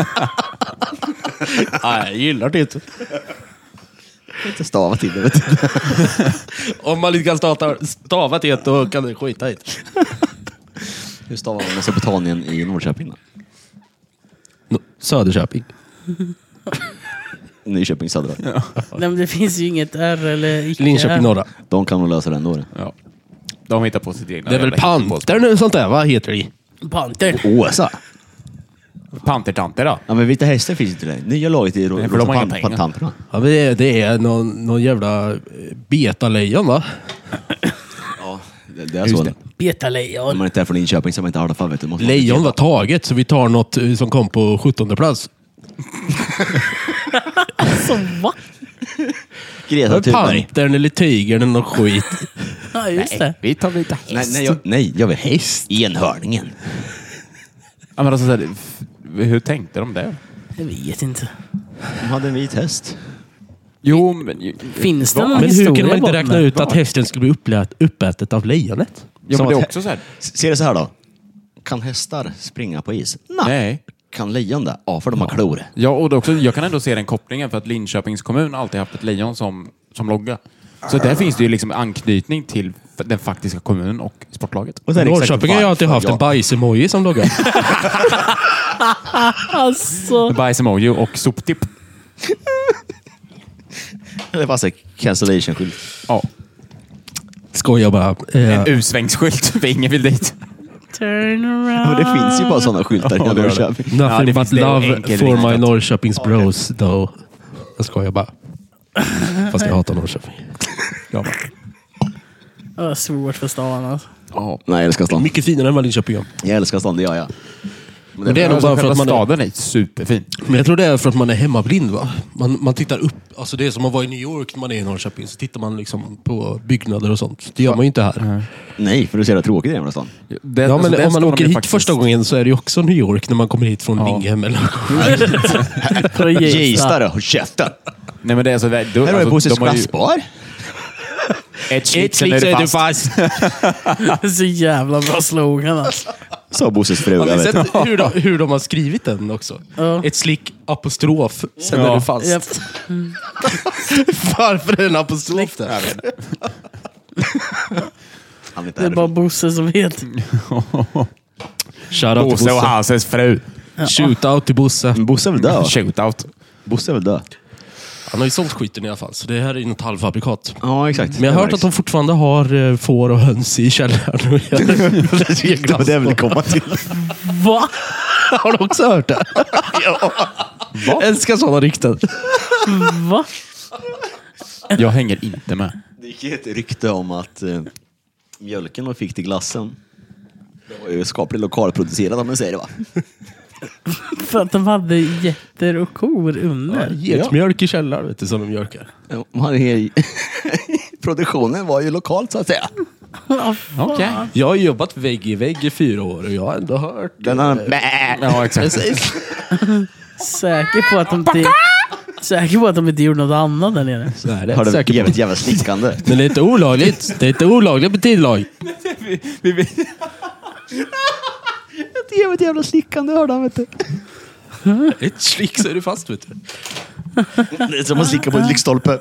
Nej, jag gillar det inte. Jag kan inte stava till det, vet du. Om man inte kan stava till det, då kan det skita i det. Hur stavar man Mesopotamien i Norrköping då? Söderköping. Nyköping södra. Nej, men det finns ju inget R eller icke. Linköping norra. De kan nog lösa det ändå. Ja. De hittar på sitt egna. Det är väl jävla hittepå. panter nu sånt där, vad heter det? Panter. Åsa? Pantertanter då? Ja, men Vita Hästen finns inte det. Nya laget i Nej, för de har inga pengar. Panterna. Ja, men det är någon jävla betalejon, va? Ja, det är så. det. Om Betalejon. man inte är från Linköping så är man inte i alla fall, vet du. Måste man Lejon veta. var taget, så vi tar något som kom på 17:e plats. Så va? Greta Thunberg. Pantern eller tigern eller något skit. Ja, just det. Vi tar Vita Häst. Nej, jag vill häst. Enhörningen. Ja, men alltså, så här, hur tänkte de där? Jag vet inte. De hade en vit häst. Jo, men... Finns det någon Men hur historia kan man inte bakom räkna det? ut att hästen skulle bli uppätet av lejonet? Ja, Som men det är att- också så här. Ser det så här då. Kan hästar springa på is? Nej. Kan lejon det? Ja, för de har klor. Ja, och det också, jag kan ändå se den kopplingen för att Linköpings kommun alltid haft ett lejon som logga. Så där finns det ju liksom anknytning till den faktiska kommunen och sportlaget. Och sen exakt Norrköping har ju alltid haft en varför bajsemoji som logga. Alltså. Bajsemoji och soptipp. Eller fast cancellation-skylt. Ja. Skojar bara. En U-svängsskylt, för ingen vill dit. Turn around. Men det finns ju bara sådana skyltar i Ja, det gör det. Norrköping. Ja, Nothing det but finns det love enkelt for my riktat. Norrköpings bros though. Jag skojar bara. Fast jag hatar Norrköping. Ja. Ja, svårt för stan alltså. Ja. Nej, jag älskar stan. Mycket finare än vad Linköping är. Jag älskar stan, det gör jag. Men det är nog Alltså, bara för själva att man är, staden är superfin. men jag tror det är för att man är hemmablind, va? Man tittar upp. Alltså det är som att vara i New York när man är i Norrköping. Så tittar man liksom på byggnader och sånt. Det gör man ju inte här. Nej, för du ser det tråkigt i den stan. Den, Ja, men där om man står åker de ju hit faktiskt- första gången så är det ju också New York när man kommer hit från Linghem eller Från Gävsta. Gästare, håll käften! Nej, men det är alltså... Här har vi Bosses glassbar. Ett slick så är du fast. Så jävla bra slogan alltså. Sa Bosses fru. Har Jag ni vet. sett hur de har skrivit den också? Ja. Ett slick apostrof, sen Ja. är du fast. Japp. Varför är det en apostrof där? Han är inte Det är bara härifrån. Bosse som vet. Shoutout Bosse till och Bosse. hans fru. Shootout till Bosse. Men Bosse är väl död? Shootout. Bosse är väl död? Han har ju sålt skiten i alla fall, så det här är ju något halvfabrikat. Ja, exakt. Men jag har hört att de fortfarande har får och höns i källaren. Det var det jag ville komma till. Va? Har du också hört det? Ja. Älskar sådana rykten. Va? Jag hänger inte med. Det gick ett rykte om att mjölken de fick till glassen det var ju skapligt lokalproducerad, om man säger det, va? För att de hade getter och kor under. Getmjölk i källaren, vet du, som de mjölkar. Produktionen var ju lokalt, så att säga. Okej. Jag har jobbat vägg i vägg i 4 år och jag har ändå hört... Den har... Ja, exakt. Precis. Säker på att de inte gjorde något annat där nere. Så är det. Har det Säker på. jävligt jävla slickande. Men det är inte olagligt. Det är inte olagligt med tilllag. Ett jävligt jävla slickande, hörde han, vet du. Ett slick så är du fast, vet du. Det är som att slicka på en lyktstolpe.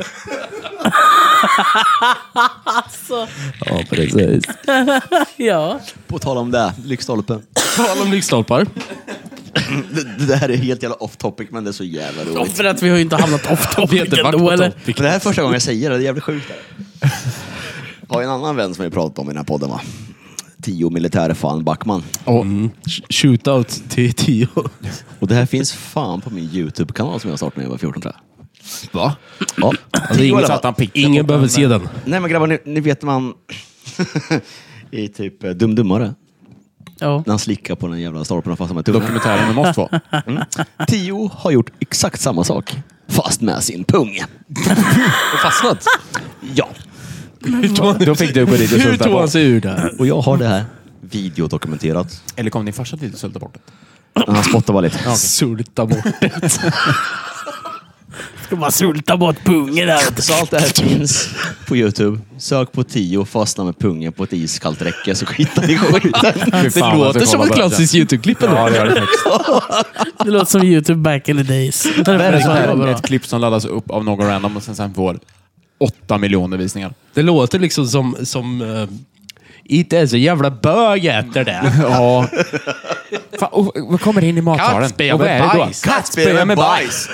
Ja, precis. Ja. På tal om det, lyktstolpen. Tal om lyktstolpar. Det här är helt jävla off topic, men det är så jävla roligt. För att vi har ju inte hamnat off Vi har topic inte varit ändå, på eller? topic. Men det här är första gången jag säger det, det är jävligt sjukt. Jag har en annan vän som vi pratat om i den här podden, va? 10 militärfan Backman. Shootout till 10. Och det här finns fan på min YouTube-kanal som jag startade när jag var 14, tror jag. Va? Ja. Alltså, ingen behöver se den. Nej, men grabbar, ni vet man i typ Dumdummare, Ja. när han slickar på den jävla stolpen och fastnar med tungan. Dokumentären med måste vara. 10 har gjort exakt samma sak, fast med sin pung. Och fastnat. Ja. Då fick du gå dit och Hur sulta tog han bort. sig ur det? Och jag har det här videodokumenterat. Eller kom din farsa dit och sulta bort det? Han spottar bara lite. Sulta bort det. Ska bara sulta bort pungen där. Så allt det här finns på YouTube. Sök på 10 fastna med pungen på ett iskallt räcke så skiter ni i skiten. Det låter som ett klassiskt YouTube-klipp ändå. Ja, det gör det faktiskt. Det låter som YouTube back in the days. Ett klipp som laddas upp av någon random och sen får 8 miljoner visningar. Det låter liksom som inte är så jävla bög äter det. Ja. Fan, och vad kommer in i matsalen? Kattspö Och vad med är det då? bajs. Kattspö med bajs.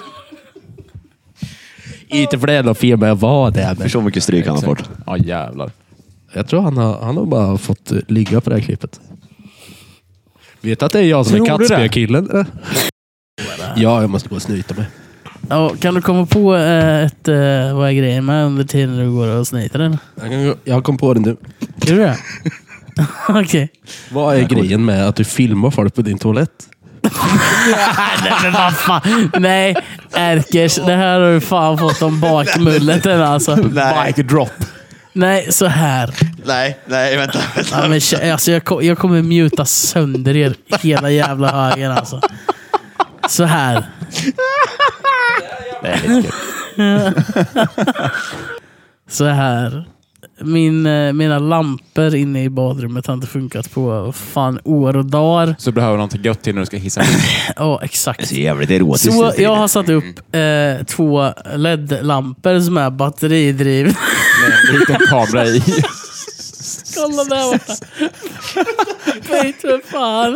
Inte för det är någon fel, men vad det är. Men Förstå mycket stryk han har fått. Ja, jävlar. jag tror han har bara fått ligga på det här klippet. Vet att det är jag som är Tror du det? kattspökillen? Eller? Ja, jag måste gå och snyta mig. Ja, kan du komma på vad är grejen med under tiden du går och snyter den? Jag kom på det nu. Gör du det? Okej. Vad är grejen med att du filmar folk på din toalett? Nej, men vad fan. Nej, Erkers. Det här har du fan fått om bakmulleten alltså. Bike drop. Nej, så här. Nej, vänta. Ja, men, alltså, jag kommer muta sönder er hela jävla högen alltså. Så här. Det är lite kul. Så här. Mina lampor inne i badrummet har inte funkat på fan år och dagar. Så behöver någonting gött till när du ska hissa. Ja, exakt. Det är jävligt erotiskt. Så jag har satt upp 2 LED-lampor som är batteridrivna. Med en liten kamera i. Kolla där borta. Vet för fan.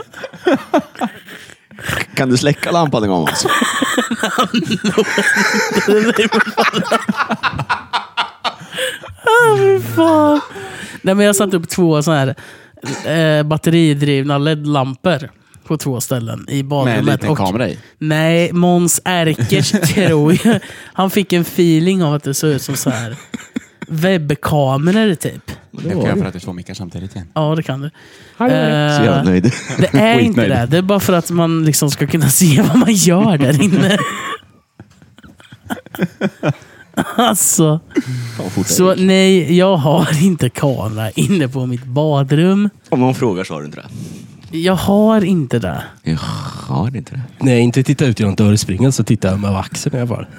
Kan du släcka lampan en gång alltså? Fan. Nej, men jag har satt upp 2 såna här batteridrivna LED-lampor på 2 ställen i Med en badrummet. liten kamera i. Nej, Måns Erkers tror jag. Han fick en feeling av att det såg ut som så här webbkameror typ. Det kan jag för att det är 2 mickar samtidigt igen. Ja, det kan du. Så jävla nöjd. Det är inte Skitnöjd. det. Det är bara för att man liksom ska kunna se vad man gör där inne. Alltså. Så nej, jag har inte kamera inne på mitt badrum. Om någon frågar så har du inte det. Jag har inte det. Jag har inte det. Nej, inte titta ut genom dörrspringan så tittar jag med axeln i alla fall.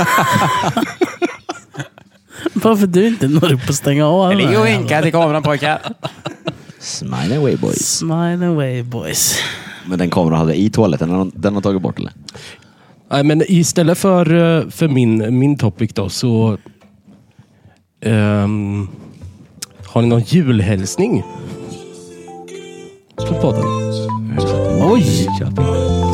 Varför du inte når upp och stänga av? Ligg och vinka till kameran pojkar. Smile away boys. Smile away boys. Men den kameran hade i toaletten, den har tagit bort eller? Nej, men istället för min topic då så har ni någon julhälsning på podden? Oj!